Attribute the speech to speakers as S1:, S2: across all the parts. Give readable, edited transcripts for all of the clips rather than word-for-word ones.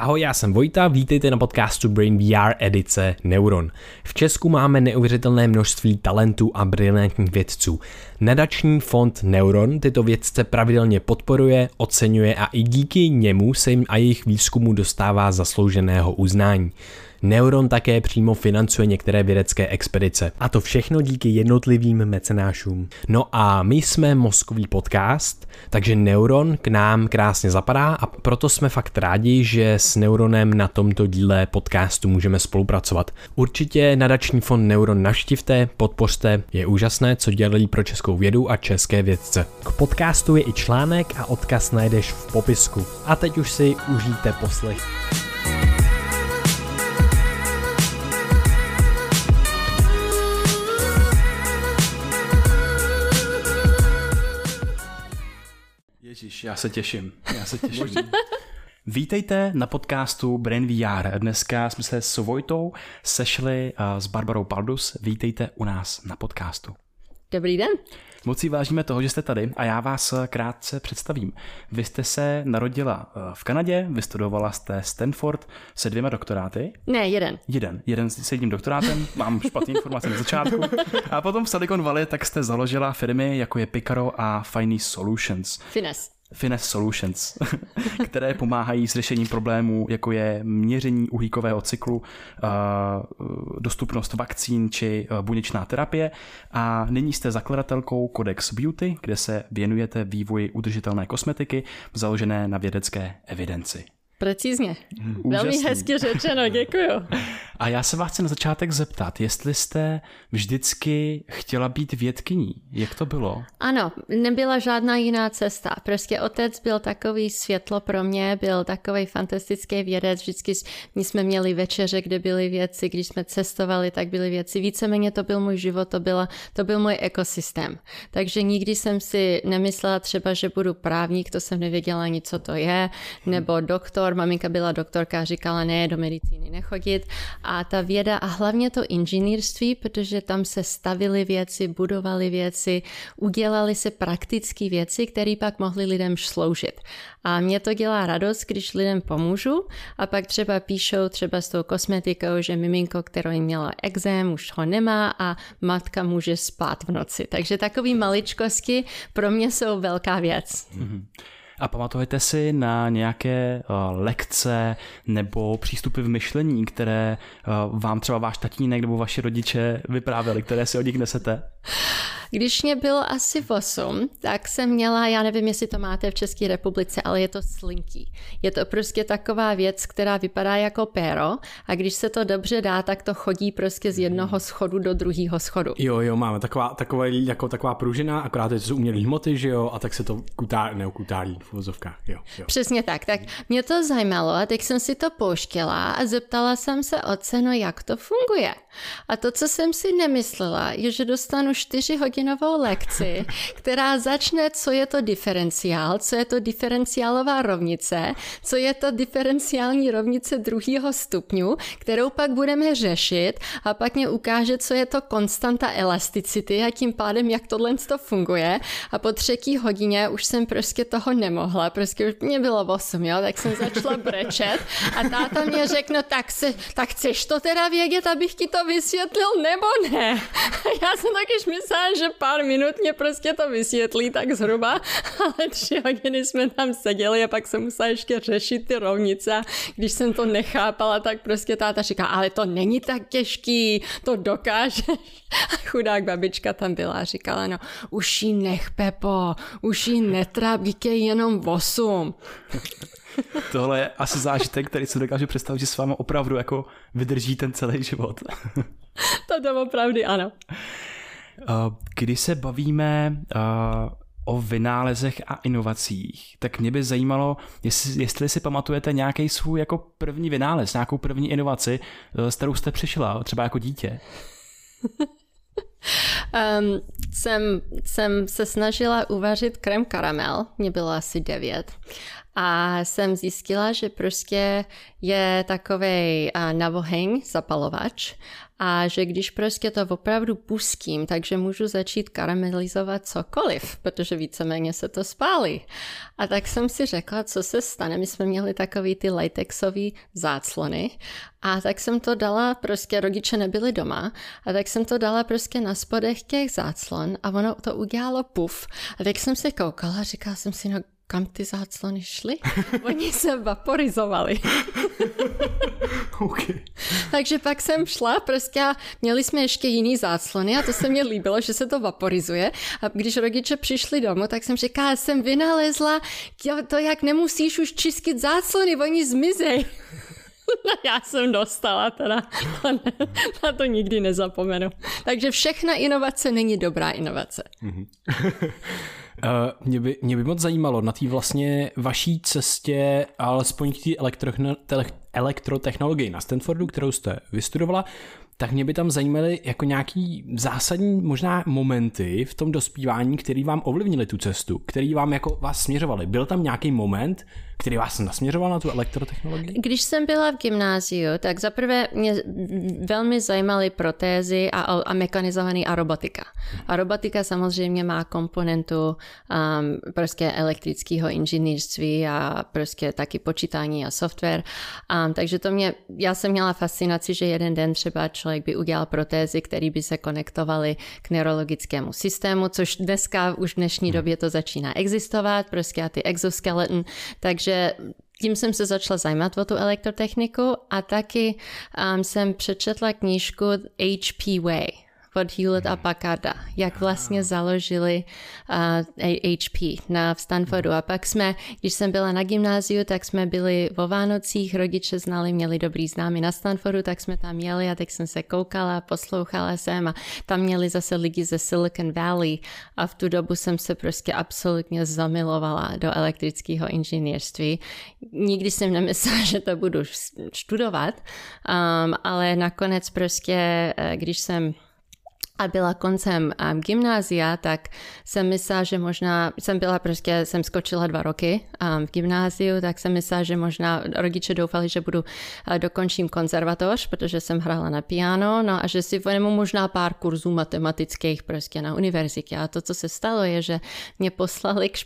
S1: Ahoj, já jsem Vojta, vítejte na podcastu Brain VR edice Neuron. V Česku máme neuvěřitelné množství talentů a brilantních vědců. Nadační fond Neuron tyto vědce pravidelně podporuje, oceňuje a i díky němu se jim a jejich výzkumu dostává zaslouženého uznání. Neuron také přímo financuje některé vědecké expedice. A to všechno díky jednotlivým mecenášům. No a my jsme mozkový podcast, takže Neuron k nám krásně zapadá a proto jsme fakt rádi, že s Neuronem na tomto díle podcastu můžeme spolupracovat. Určitě nadační fond Neuron navštivte, podpořte, je úžasné, co dělají pro českou vědu a české vědce. K podcastu je i článek a odkaz najdeš v popisku. A teď už si užijte poslech.
S2: Ježíš, já se těším. Vítejte na podcastu Brain VR. Dneska jsme se s Vojtou sešli s Barbarou Paldus. Vítejte u nás na podcastu.
S3: Dobrý den.
S2: Moc si vážíme toho, že jste tady a já vás krátce představím. Vy jste se narodila v Kanadě, vystudovala jste Stanford se 2 doktoráty.
S3: Ne, jeden.
S2: Jeden s jedním doktorátem, mám špatné informace na začátku. A potom v Silicon Valley tak jste založila firmy, jako je Picaro a Finesse Solutions. Finesse Solutions, které pomáhají s řešením problémů, jako je měření uhlíkového cyklu, dostupnost vakcín či buněčná terapie. A nyní jste zakladatelkou Codex Beauty, kde se věnujete vývoji udržitelné kosmetiky založené na vědecké evidenci.
S3: Precízně. Velmi hezky řečeno, děkuju.
S2: A já se vás chci na začátek zeptat, jestli jste vždycky chtěla být vědkyní. Jak to bylo?
S3: Ano, nebyla žádná jiná cesta. Prostě otec byl takový světlo pro mě, byl takový fantastický vědec. Vždycky jsme měli večeře, kde byly věci, když jsme cestovali, tak byly věci. Víceméně to byl můj život, to byl můj ekosystém. Takže nikdy jsem si nemyslela třeba, že budu právník, to jsem nevěděla ani, co to je, nebo doktor. Maminka byla doktorka a říkala, ne, do medicíny nechodit. A ta věda a hlavně to inženýrství, protože tam se stavily věci, budovaly věci, udělaly se praktické věci, které pak mohly lidem sloužit. A mě to dělá radost, když lidem pomůžu a pak třeba píšou třeba s tou kosmetikou, že miminko, kterou jim měla exém, už ho nemá a matka může spát v noci. Takže takový maličkosti pro mě jsou velká věc.
S2: Mm-hmm. A pamatujete si na nějaké lekce nebo přístupy v myšlení, které vám třeba váš tatínek nebo vaši rodiče vyprávěli, které si od nich nesete?
S3: Když mě bylo asi 8, tak jsem měla, já nevím, jestli to máte v České republice, ale je to slinky. Je to prostě taková věc, která vypadá jako péro a když se to dobře dá, tak to chodí prostě z jednoho schodu do druhého schodu.
S1: Jo, máme taková pružina, akorát to jsou umělý hmoty, že jo, a tak se to kutálí v uvozovkách, jo.
S3: Přesně tak mě to zajímalo a teď jsem si to pouštěla a zeptala jsem se otce, no jak to funguje. A to, co jsem si nemyslela, je, že dostanu 4hodinovou lekci, která začne, co je to diferenciál, co je to diferenciálová rovnice, co je to diferenciální rovnice 2. stupňu, kterou pak budeme řešit a pak mě ukáže, co je to konstanta elasticity a tím pádem, jak tohle to funguje. A po 3. hodině už jsem prostě toho nemohla, prostě už mě bylo 8, jo, tak jsem začala brečet a táta mě řekl, no tak chceš to teda vědět, abych ti to vysvětlil, nebo ne? Já jsem takyž myslela, že pár minut mě prostě to vysvětlí tak zhruba, ale 3 hodiny jsme tam seděli a pak jsem musela ještě řešit ty rovnice. Když jsem to nechápala, tak prostě táta říká, ale to není tak těžký, to dokážeš. A chudák babička tam byla a říkala, no už jí nech, Pepo, už jí netráp, díky jenom 8.
S2: Tohle je asi zážitek, který si dokážu představit, že s vámi opravdu jako vydrží ten celý život.
S3: To opravdu ano.
S2: Když se bavíme o vynálezech a inovacích, tak mě by zajímalo, jestli si pamatujete nějaký svůj jako první vynález, nějakou první inovaci, s kterou jste přišla, třeba jako dítě.
S3: Jsem se snažila uvařit krém karamel, mě bylo asi 9. A jsem zjistila, že prostě je takovej navoheň zapalovač a že když prostě to opravdu pustím, takže můžu začít karamelizovat cokoliv, protože víceméně se to spálí. A tak jsem si řekla, co se stane. My jsme měli takový ty latexový záclony a tak jsem to dala, prostě rodiče nebyli doma a tak jsem to dala prostě na spodech těch záclon a ono to udělalo puf. A tak jsem se koukala a říkala jsem si, no kam ty záclony šly? Oni se vaporizovali.
S1: Okay.
S3: Takže pak jsem šla prostě a měli jsme ještě jiný záclony a to se mně líbilo, že se to vaporizuje. A když rodiče přišli domů, tak jsem říkala, jsem vynalezla to, jak nemusíš už čistit záclony, oni zmizej. Já jsem dostala teda, na to nikdy nezapomenu. Takže všechna inovace není dobrá inovace.
S1: Mě by moc zajímalo na té vlastně vaší cestě, alespoň k té elektrotechnologii na Stanfordu, kterou jste vystudovala, tak mě by tam zajímaly jako nějaký zásadní možná momenty v tom dospívání, který vám ovlivnili tu cestu, který vám jako vás směřovali. Byl tam nějaký moment, který vás nasměřoval na tu elektrotechnologii?
S3: Když jsem byla v gymnáziu, tak zaprvé mě velmi zajímaly protézy a mekanizovaný a robotika. A robotika samozřejmě má komponentu prostě elektrického inženýrství a prostě taky počítání a software. Takže já jsem měla fascinaci, že jeden den třeba člověk by udělal protézy, které by se konektovaly k neurologickému systému, což dneska už v dnešní době to začíná existovat, prostě a ty exoskeleton, takže tím jsem se začala zajímat o tu elektrotechniku a taky jsem přečetla knížku HP Way od Hewlett a Packarda, jak vlastně založili HP v Stanfordu. A pak když jsem byla na gymnáziu, tak jsme byli o Vánocích, rodiče znali, měli dobrý známy na Stanfordu, tak jsme tam jeli a tak jsem se koukala, poslouchala jsem a tam měli zase lidi ze Silicon Valley a v tu dobu jsem se prostě absolutně zamilovala do elektrického inženýrství. Nikdy jsem nemyslela, že to budu studovat, ale nakonec prostě, když jsem byla koncem gymnázia, tak jsem myslela, že možná, jsem skočila 2 roky v gymnáziu, tak jsem myslela, že možná rodiče doufali, že dokončím konzervatoř, protože jsem hrála na piano, no a že si vezmu možná pár kurzů matematických prostě na univerzitě. A to, co se stalo, je, že mě poslali k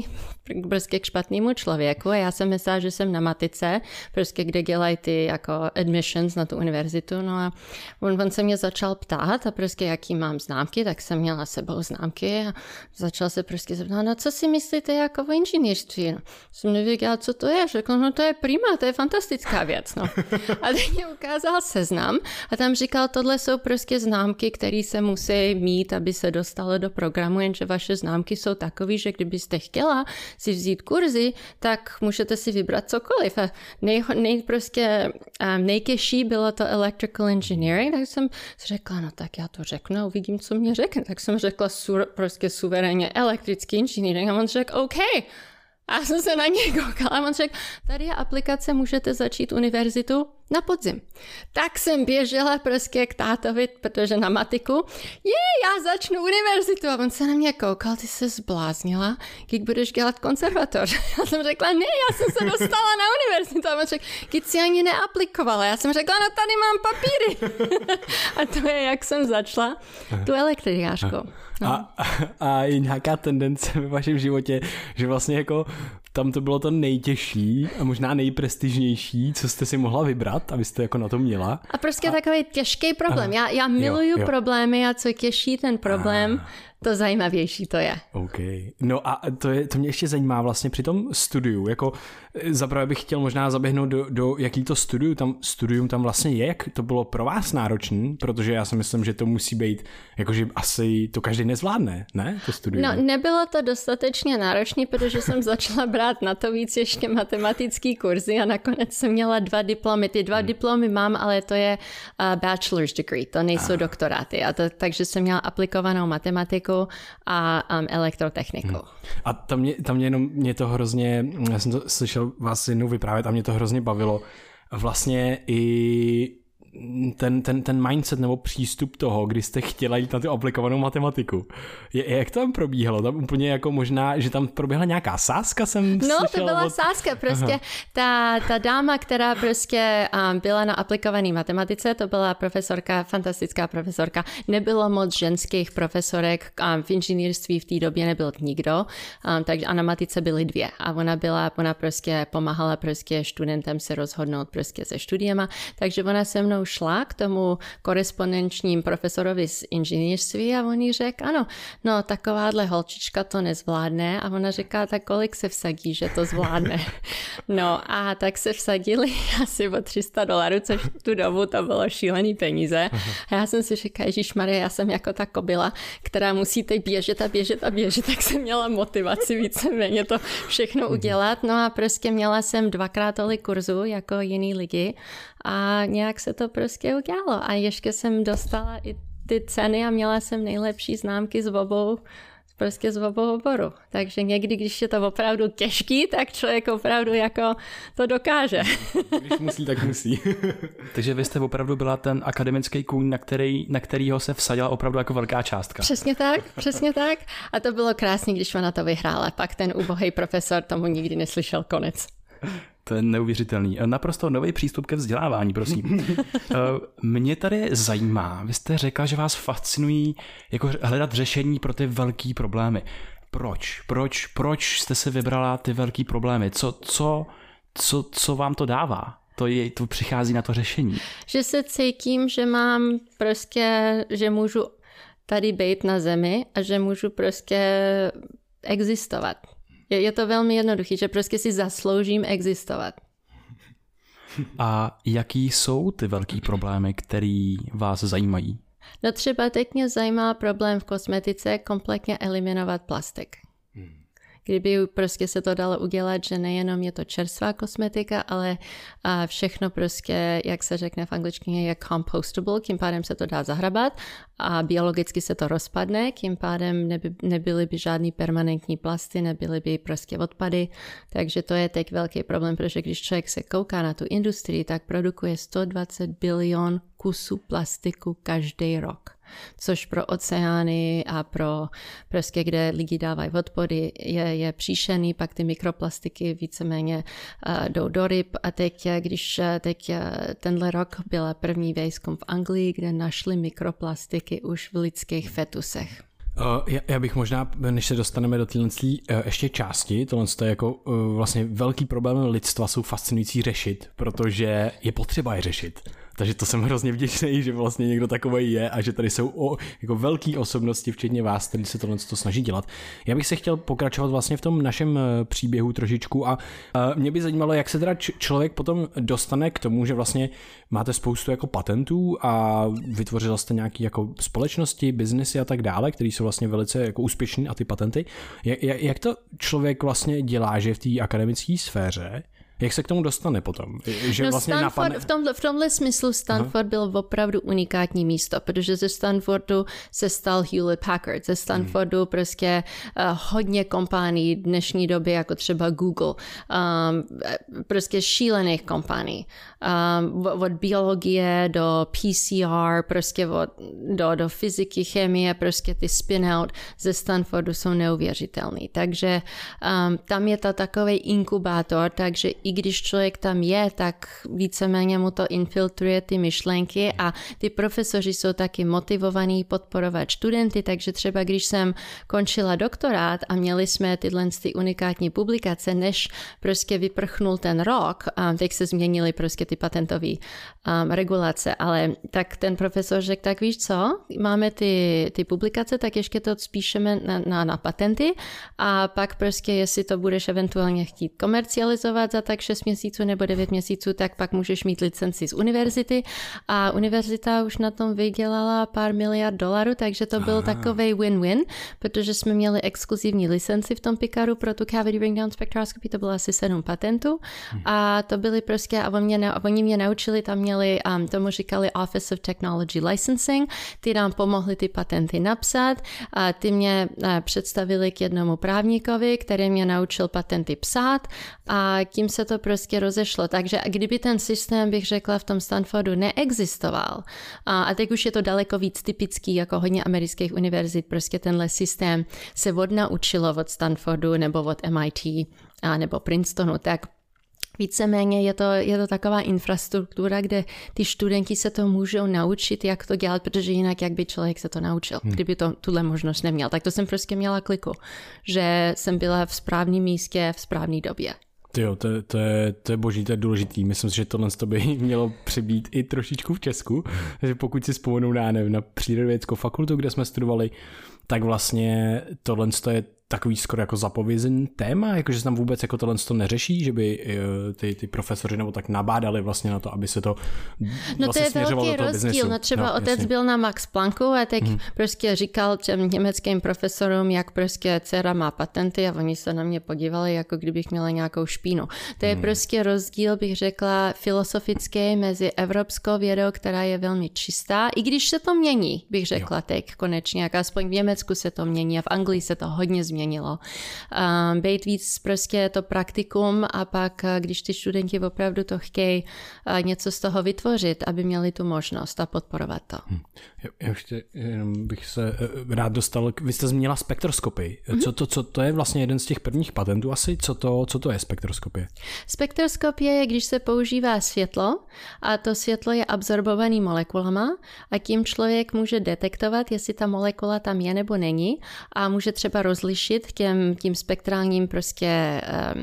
S3: špatnému člověku a já jsem myslela, že jsem na matice, prostě kde dělají ty jako admissions na tu univerzitu, no a on se mě začal ptát a prostě jaký mám známky, tak jsem měla sebou známky a začal se prostě zeptat, no co si myslíte jako o inženýrství? No, jsem nevěděla, co to je. Řekl, no to je prima, to je fantastická věc. No. A teď mě ukázal seznam a tam říkal, tohle jsou prostě známky, které se musí mít, aby se dostalo do programu, jenže vaše známky jsou takové, že kdybyste chtěla si vzít kurzy, tak můžete si vybrat cokoliv. A nejtěžší bylo to electrical engineering, tak jsem řekla, no tak já to řeknu a uvidím, co mě řekne. Tak jsem řekla prostě suverénně elektrický inženýring a on řekl, OK. A jsem se na něj koukala a on řekl, tady je aplikace, můžete začít univerzitu na podzim. Tak jsem běžela prostě k tátovi, protože na matiku, já začnu univerzitu. A on se na mě koukal, ty se zbláznila, jak budeš dělat konzervatoř. Já jsem řekla, ne, já jsem se dostala na univerzitu. A on řekl, když si ani neaplikovala. Já jsem řekla, no tady mám papíry. A to je, jak jsem začala tu elektrikářku.
S1: No. A je nějaká tendence ve vašem životě, že vlastně jako tam to bylo to nejtěžší a možná nejprestižnější, co jste si mohla vybrat, abyste jako na to měla. A
S3: prostě takový těžký problém. Já miluju problémy a co těžší ten problém, to zajímavější to je.
S1: OK. No a to mě ještě zajímá vlastně při tom studiu. Jako zaprvé bych chtěl možná zaběhnout do jaký to studium tam vlastně je, jak to bylo pro vás náročný, protože já si myslím, že to musí být, jakože asi to každý nezvládne, ne? To studium.
S3: No, nebylo to dostatečně náročný, protože jsem začala brát na to víc ještě matematický kurzy a nakonec jsem měla 2 diplomy. Ty 2 diplomy mám, ale to je bachelor's degree, to nejsou doktoráty. Takže jsem měla aplikovanou matematiku a elektrotechniku.
S1: A mě to hrozně, já jsem to slyšel vás jednou vyprávět a mě to hrozně bavilo. Vlastně i ten mindset nebo přístup toho, kdy jste chtěla jít na tu aplikovanou matematiku. Jak to tam probíhalo? Tam úplně jako možná, že tam proběhla nějaká sázka, jsem slyšela.
S3: To byla sázka, prostě ta dáma, která prostě byla na aplikované matematice, to byla profesorka, fantastická profesorka. Nebylo moc ženských profesorek, v inženýrství v té době nebyl nikdo, takže a na matice byly 2 a ona prostě pomáhala prostě studentem se rozhodnout prostě se studiema, takže ona se mnou šla k tomu korespondenčním profesorovi z inženýrství a on jí řekl, ano, no takováhle holčička to nezvládne a ona říká, tak kolik se vsadí, že to zvládne. No a tak se vsadili asi o $300, což v tu dobu to bylo šílený peníze. A já jsem si říkala, ježišmarja, já jsem jako ta kobila, která musí teď běžet, tak jsem měla motivaci víceméně to všechno udělat. No a prostě měla jsem 2x tolik kurzu jako jiný lidi a nějak se to prostě udělalo. A ještě jsem dostala i ty ceny a měla jsem nejlepší známky z obou oboru. Takže někdy, když je to opravdu těžký, tak člověk opravdu jako to dokáže.
S1: Když musí, tak musí.
S2: Takže vy jste opravdu byla ten akademický kůň, na kterýho se vsadila opravdu jako velká částka.
S3: Přesně tak. A to bylo krásný, když ona to vyhrála. Pak ten ubohý profesor tomu nikdy neslyšel konec.
S2: To je neuvěřitelný. Naprosto nový přístup ke vzdělávání, prosím. Mě tady zajímá, vy jste řekla, že vás fascinují jako hledat řešení pro ty velký problémy. Proč jste se vybrala ty velký problémy? Co vám to dává? To přichází na to řešení.
S3: Že se cítím, že mám prostě, že můžu tady být na zemi a že můžu prostě existovat. Je to velmi jednoduché, že prostě si zasloužím existovat.
S2: A jaký jsou ty velký problémy, které vás zajímají?
S3: No třeba teď mě zajímá problém v kosmetice kompletně eliminovat plastik. Kdyby prostě se to dalo udělat, že nejenom je to čerstvá kosmetika, ale všechno prostě, jak se řekne v angličtině, je compostable, tím pádem se to dá zahrabat a biologicky se to rozpadne, tím pádem nebyly by žádný permanentní plasty, nebyly by prostě odpady, takže to je teď velký problém, protože když člověk se kouká na tu industrii, tak produkuje 120 bilion kusů plastiku každý rok. Což pro oceány a pro prostě, kde lidi dávají odpady, je příšerný, pak ty mikroplastiky víceméně jdou do ryb a teď tenhle rok byla první výzkum v Anglii, kde našli mikroplastiky už v lidských fetusech.
S1: Já bych možná, než se dostaneme do téhle ještě části, tohle je jako vlastně velký problém lidstva, jsou fascinující řešit, protože je potřeba je řešit. Takže to jsem hrozně vděčný, že vlastně někdo takovej je a že tady jsou jako velký osobnosti, včetně vás, který se tohle snaží dělat. Já bych se chtěl pokračovat vlastně v tom našem příběhu trošičku a mě by zajímalo, jak se teda člověk potom dostane k tomu, že vlastně máte spoustu jako patentů a vytvořil jste nějaký jako společnosti, biznesy a tak dále, které jsou vlastně velice jako úspěšný a ty patenty. Jak to člověk vlastně dělá, že v té akademické sféře, jak se k tomu dostane potom? Že vlastně
S3: v tomhle smyslu Stanford byl opravdu unikátní místo, protože ze Stanfordu se stal Hewlett-Packard. Ze Stanfordu prostě hodně kompání dnešní doby, jako třeba Google. Prostě šílených kompání. Od biologie do PCR, prostě do fyziky, chemie, prostě ty spin-out ze Stanfordu jsou neuvěřitelný. Takže tam je to takový inkubátor, takže i když člověk tam je, tak víceméně mu to infiltruje ty myšlenky a ty profesoři jsou taky motivovaní podporovat studenty, takže třeba když jsem končila doktorát a měli jsme tyhle unikátní publikace, než prostě vyprchnul ten rok, teď se změnily prostě ty patentové regulace, ale tak ten profesor řekl, tak víš co, máme ty publikace, tak ještě to spíšeme na patenty a pak prostě, jestli to budeš eventuálně chtít komercializovat za tak 6 měsíců nebo 9 měsíců, tak pak můžeš mít licenci z univerzity a univerzita už na tom vydělala pár miliard $, takže to byl takovej win-win, protože jsme měli exkluzivní licenci v tom Picaru pro tu cavity ring down spektroskopii, to bylo asi 7 patentů a to byly prostě, a oni mě naučili, tam měli, tomu říkali Office of Technology Licensing, ty nám pomohli ty patenty napsat a ty mě představili k jednomu právníkovi, který mě naučil patenty psát a tím se to prostě rozešlo. Takže kdyby ten systém, bych řekla, v tom Stanfordu neexistoval, a teď už je to daleko víc typický, jako hodně amerických univerzit, prostě tenhle systém se odnaučilo od Stanfordu nebo od MIT a nebo Princetonu, tak víceméně je to taková infrastruktura, kde ty studenti se to můžou naučit, jak to dělat, protože jinak jak by člověk se to naučil, kdyby tuhle možnost neměl. Tak to jsem prostě měla kliku, že jsem byla v správném místě v správné době.
S1: Jo, to je boží, to je důležitý. Myslím si, že tohle by mělo přibýt i trošičku v Česku. Takže pokud si vzpomenu na přírodovědeckou fakultu, kde jsme studovali, tak vlastně tohle je takový skoro jako zapovězený téma, jakože se tam vůbec jako tohle neřeší, že by ty profesoři nebo tak nabádali vlastně na to, aby se to vlastně směřovalo do toho biznesu.
S3: Rozdíl. No třeba otec byl na Max Plancku a teď prostě říkal těm německým profesorům, jak prostě dcera má patenty a oni se na mě podívali, jako kdybych měla nějakou špínu. To je prostě rozdíl, bych řekla, filozofický mezi evropskou vědou, která je velmi čistá, i když se to mění, bych řekla teď konečně, jak aspoň v Německu se to mění a v Anglii se to hodně změnilo. Být víc prostě to praktikum a pak, když ty studenti opravdu to chtějí něco z toho vytvořit, aby měli tu možnost a podporovat to.
S1: Já ještě bych se rád dostal, vy jste zmínila spektroskopii. Co to je vlastně jeden z těch prvních patentů asi? Co to je spektroskopie?
S3: Spektroskopie je, když se používá světlo a to světlo je absorbovaný molekulama a tím člověk může detektovat, jestli ta molekula tam je nebo není a může třeba rozlišit tím spektrálním prostě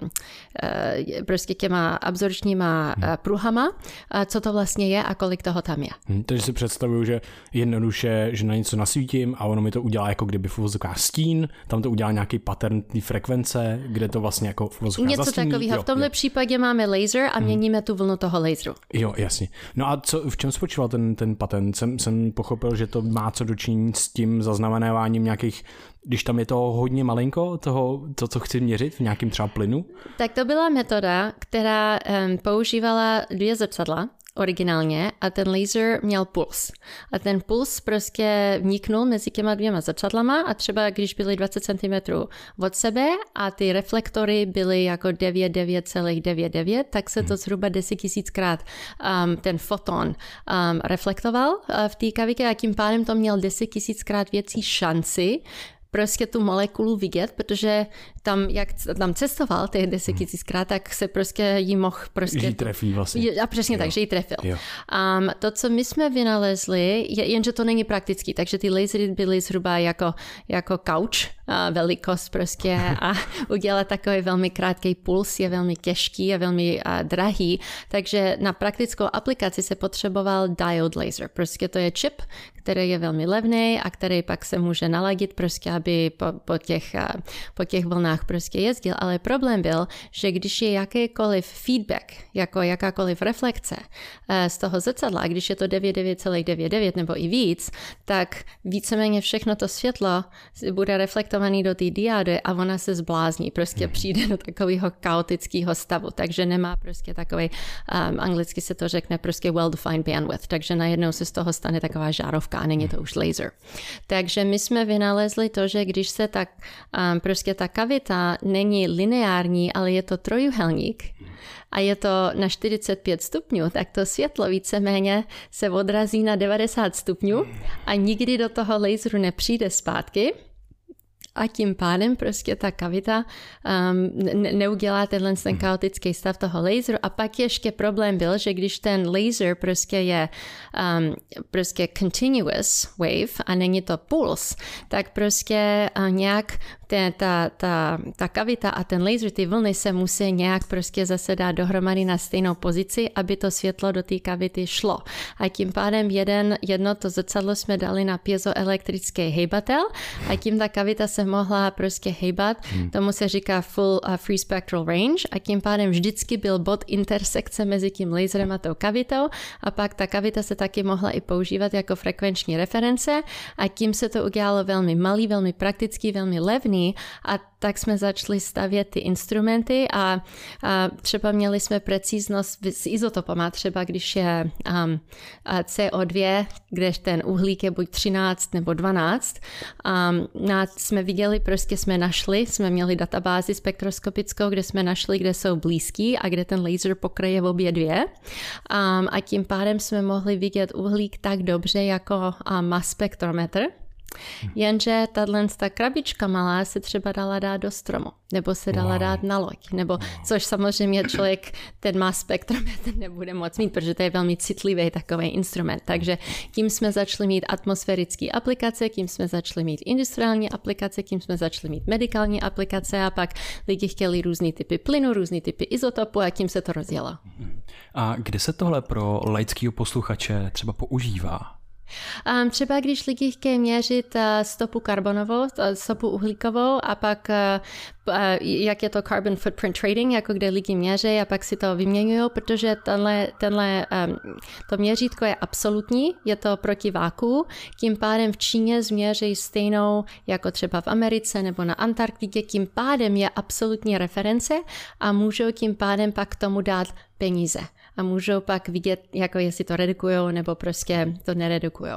S3: těma absorpčníma pruhama, co to vlastně je a kolik toho tam je.
S1: Takže si představuju, že jednoduše, že na něco nasvítím a ono mi to udělá jako kdyby v uvozovkách stín, tam to udělá nějaký pattern té frekvence, kde to vlastně jako v uvozovkách
S3: něco
S1: zastíní.
S3: Takového. V tomhle případě máme laser a měníme tu vlnu toho laseru.
S1: Jo, jasně. No a v čem spočíval ten patent? Jsem pochopil, že to má co dočinit s tím zaznamenáváním nějakých, když tam je to hodně malinko, to, co chci měřit v nějakém třeba plynu?
S3: Tak to byla metoda, která používala 2 zrcadla originálně a ten laser měl puls. A ten puls prostě vniknul mezi těma 2 zrcadlama a třeba když byly 20 cm od sebe a ty reflektory byly jako 9,99, tak se to zhruba 10 000krát ten foton reflektoval v té kavitě a tím pádem to měl 10 000krát větší šanci prostě tu molekulu vidět, protože tam, jak tam cestoval těch 10 000krát, tak se prostě jí mohl prostě...
S1: Že jí trefí vlastně.
S3: A přesně tak, že jí trefil. To, co my jsme vynalezli, je jenže to není praktický, takže ty lasery byly zhruba jako couch, velikost prostě a udělat takový velmi krátký puls je velmi těžký a velmi drahý, takže na praktickou aplikaci se potřeboval diode laser. Prostě to je čip, který je velmi levný a který pak se může naladit prostě, aby po těch vlnách prostě jezdil, ale problém byl, že když je jakýkoliv feedback, jako jakákoliv reflekce z toho zrcadla, a když je to 99,99 nebo i víc, tak víceméně všechno to světlo bude reflektovaný do té diody a ona se zblázní, prostě přijde do takového chaotického stavu, takže nemá prostě takový, anglicky se to řekne prostě well-defined bandwidth, takže najednou se z toho stane taková žárovka a není to už laser. Takže my jsme vynalezli to, že když se tak prostě ta kavita není lineární, ale je to trojuhelník a je to na 45 stupňů, tak to světlo víceméně se odrazí na 90 stupňů a nikdy do toho laseru nepřijde zpátky. A tím pádem prostě ta kavita neudělá ten chaotický stav toho laseru. A pak ještě problém byl, že když ten laser prostě je prostě continuous wave a není to puls, tak prostě nějak ta kavita a ten laser, ty vlny se musí nějak prostě zase dát dohromady na stejnou pozici, aby to světlo do té kavity šlo. A tím pádem jedno to zrcadlo jsme dali na piezoelektrický hejbatel a tím ta kavita se mohla prostě hejbat. Tomu se říká full free spectral range a tím pádem vždycky byl bod intersekce mezi tím laserem a tou kavitou a pak ta kavita se taky mohla i používat jako frekvenční reference a tím se to udělalo velmi malý, velmi praktický, velmi levný uvolněný a tak jsme začali stavět ty instrumenty a třeba měli jsme precíznost s izotopama, třeba když je CO2, kde ten uhlík je buď 13 nebo 12. Jsme viděli, prostě jsme měli databázi spektroskopickou, kde jsme našli, kde jsou blízký a kde ten laser pokryje v obě dvě. A tím pádem jsme mohli vidět uhlík tak dobře jako mass spektrometr. Jenže ta krabička malá se třeba dala dát do stromu, nebo se dala dát na loď, nebo což samozřejmě člověk ten mass spektrometr nebude moc mít, protože to je velmi citlivý takový instrument. Takže tím jsme začali mít atmosférické aplikace, tím jsme začali mít industriální aplikace, tím jsme začali mít medikální aplikace a pak lidi chtěli různý typy plynu, různý typy izotopu a tím se to rozjelo.
S2: A kde se tohle pro laického posluchače třeba používá?
S3: Třeba když lidi chtějí měřit stopu karbonovou, stopu uhlíkovou a pak jak je to carbon footprint trading, jako kde lidi měří a pak si to vyměňují, protože to měřítko je absolutní, je to proti váku, tím pádem v Číně změří stejnou jako třeba v Americe nebo na Antarktidě, tím pádem je absolutní reference a můžou tím pádem pak k tomu dát peníze. A můžou pak vidět, jako jestli to redukujou, nebo prostě to neredukujou.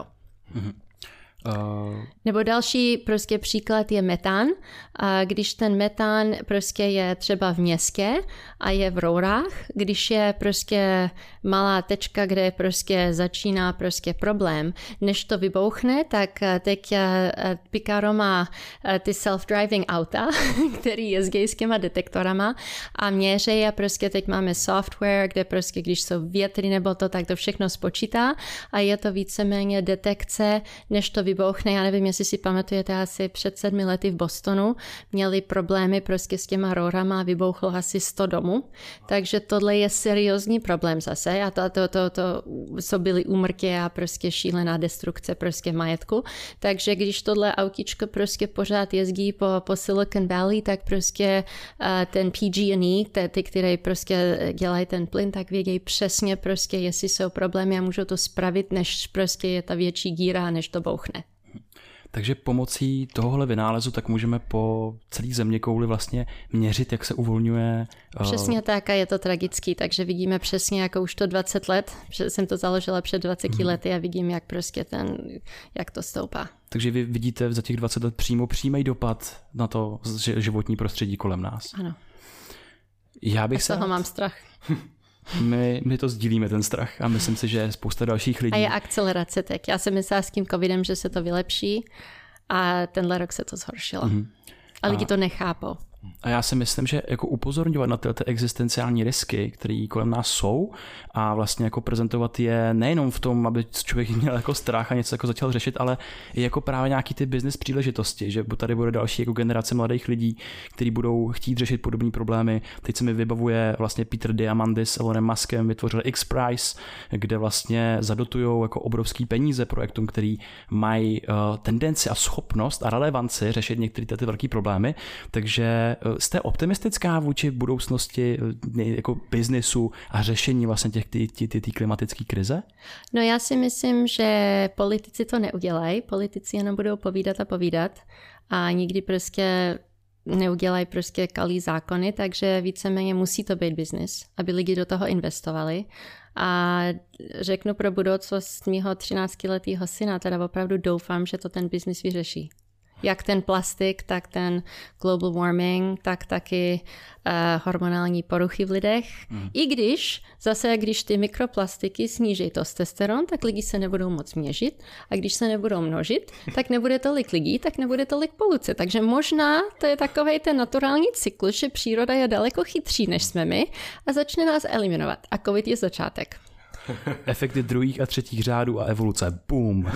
S3: Nebo další prostě příklad je metan. Když ten metan prostě je třeba v městě a je v rourách, když je prostě malá tečka, kde prostě začíná prostě problém, než to vybouchne, tak teď Picaro má ty self-driving auta, který jezdí s těma detektorama a měří a prostě teď máme software, kde prostě když jsou větry nebo to, tak to všechno spočítá a je to víceméně detekce, než to vybouchne. Já nevím, jestli si pamatujete, asi před 7 lety v Bostonu měli problémy prostě s těma rourama a vybouchlo asi 100 domů. Takže tohle je seriózní problém zase a to byly úmrtí a prostě šílená destrukce prostě majetku. Takže když tohle autičko prostě pořád jezdí po Silicon Valley, tak prostě ten PG&E, ty, které prostě dělají ten plyn, tak vědějí přesně prostě, jestli jsou problémy a můžou to spravit, než prostě je ta větší díra, než to bouchne.
S2: Takže pomocí tohohle vynálezu tak můžeme po celé zeměkouli vlastně měřit, jak se uvolňuje.
S3: Přesně tak a je to tragický, takže vidíme přesně jako už to 20 let, že jsem to založila před 20 lety a vidím, jak prostě jak to stoupá.
S2: Takže vy vidíte za těch 20 let přímý dopad na to životní prostředí kolem nás.
S3: Ano.
S2: Já bych
S3: z toho mám strach.
S2: My to sdílíme, ten strach, a myslím si, že je spousta dalších lidí.
S3: A je akcelerace teď. Já jsem myslela s tím covidem, že se to vylepší a tenhle rok se to zhoršilo. A lidi to nechápou.
S2: A já si myslím, že jako upozorňovat na ty existenciální risky, které kolem nás jsou, a vlastně jako prezentovat je nejenom v tom, aby člověk měl jako strach a něco jako začal řešit, ale i jako právě nějaký ty business příležitosti, že tady bude další jako generace mladých lidí, kteří budou chtít řešit podobné problémy. Teď se mi vybavuje vlastně Peter Diamandis s Elonem Muskem vytvořili X-Prize, kde vlastně zadotujou jako obrovský peníze projektům, který mají tendenci a schopnost a relevanci řešit některé ty velké problémy. Takže jste optimistická vůči budoucnosti jako biznesu a řešení vlastně ty klimatické krize?
S3: No já si myslím, že politici to neudělají. Politici jenom budou povídat a nikdy prostě neudělají prostě kalý zákony, takže víceméně musí to být biznis, aby lidi do toho investovali. A řeknu pro budoucnost mýho 13letého syna, teda opravdu doufám, že to ten biznis vyřeší. Jak ten plastik, tak ten global warming, tak taky hormonální poruchy v lidech. I když ty mikroplastiky sníží testosteron, tak lidi se nebudou moc měřit. A když se nebudou množit, tak nebude tolik lidí, tak nebude tolik poluce. Takže možná to je takovej ten naturální cyklus, že příroda je daleko chytří, než jsme my a začne nás eliminovat. A covid je začátek.
S2: Efekty druhých a třetích řádů a evoluce. Boom.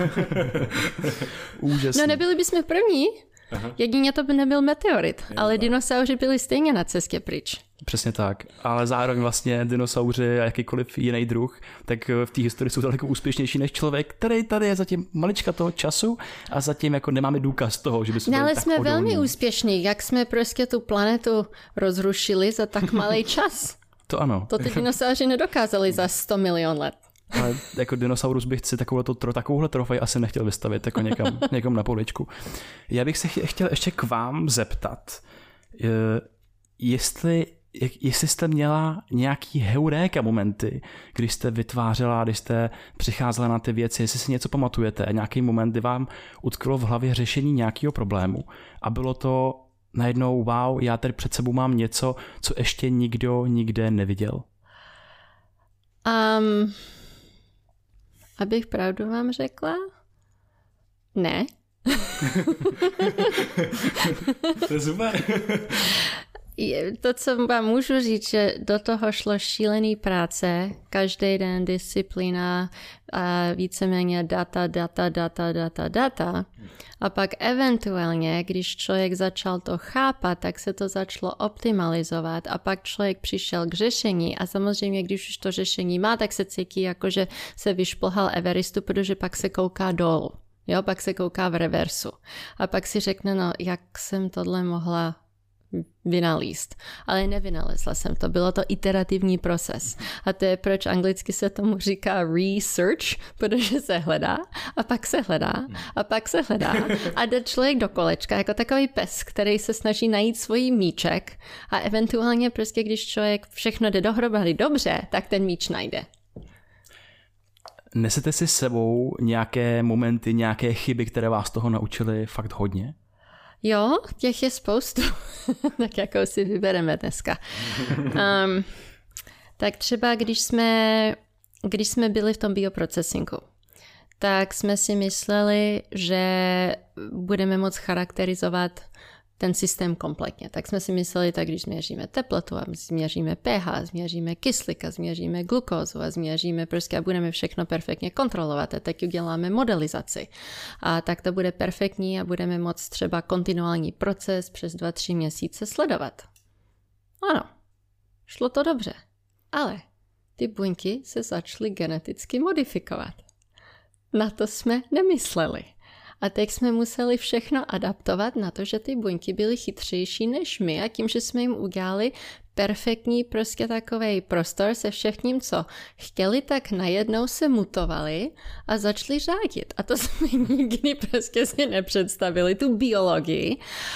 S2: Úžasný.
S3: No nebyli bychom první. Jedině to by nebyl meteorit, ale dinosauři byli stejně na cestě pryč.
S2: Přesně tak, ale zároveň vlastně dinosauři a jakýkoliv jiný druh, tak v té historii jsou daleko úspěšnější než člověk, který tady je zatím malička toho času a zatím jako nemáme důkaz toho, že by jsme byli
S3: ale
S2: tak
S3: jsme
S2: odolní.
S3: velmi úspěšní, jak jsme prostě tu planetu rozrušili za tak malý čas.
S2: To ano.
S3: To ty dinosauři nedokázali za 100 milion let.
S2: Ale jako dinosaurus bych si takovouhle trofej asi nechtěl vystavit jako někam na poličku. Já bych se chtěl ještě k vám zeptat, jestli jste měla nějaký heuréka momenty, když jste vytvářela, když jste přicházela na ty věci, jestli si něco pamatujete, nějaký moment, kdy vám utkvělo v hlavě řešení nějakého problému a bylo to najednou wow, já tady před sebou mám něco, co ještě nikdo nikde neviděl.
S3: Abych pravdu vám řekla? Ne.
S2: To je super.
S3: To, co vám můžu říct, že do toho šlo šílený práce, každý den disciplína, a víceméně data. A pak eventuálně, když člověk začal to chápat, tak se to začalo optimalizovat a pak člověk přišel k řešení a samozřejmě, když už to řešení má, tak se cítí jako, že se vyšplhal Everestu, protože pak se kouká dolů. Jo, pak se kouká v reversu. A pak si řekne, no, jak jsem tohle mohla vynalíst. Ale nevynalezla jsem to. Bylo to iterativní proces. A to je, proč anglicky se tomu říká research, protože se hledá a pak se hledá a pak se hledá a jde člověk do kolečka jako takový pes, který se snaží najít svůj míček a eventuálně prostě, když člověk všechno jde dohromady dobře, tak ten míč najde.
S2: Nesete si s sebou nějaké momenty, nějaké chyby, které vás toho naučily fakt hodně?
S3: Jo, těch je spoustu, tak jako si vybereme dneska. Tak třeba když jsme byli v tom bioprocesingu, tak jsme si mysleli, že budeme moct charakterizovat ten systém kompletně. Tak jsme si mysleli, tak když změříme teplotu a změříme pH, změříme kyslík a změříme glukózu a změříme prostě a budeme všechno perfektně kontrolovat a tak uděláme modelizaci. A tak to bude perfektní a budeme moct třeba kontinuální proces přes 2-3 měsíce sledovat. Ano, šlo to dobře, ale ty buňky se začaly geneticky modifikovat. Na to jsme nemysleli. A teď jsme museli všechno adaptovat na to, že ty buňky byly chytřejší než my a tím, že jsme jim udělali perfektní prostě takovej prostor se všem, co chtěli, tak najednou se mutovali a začali řádit. A to jsme nikdy prostě si nepředstavili, tu biologii.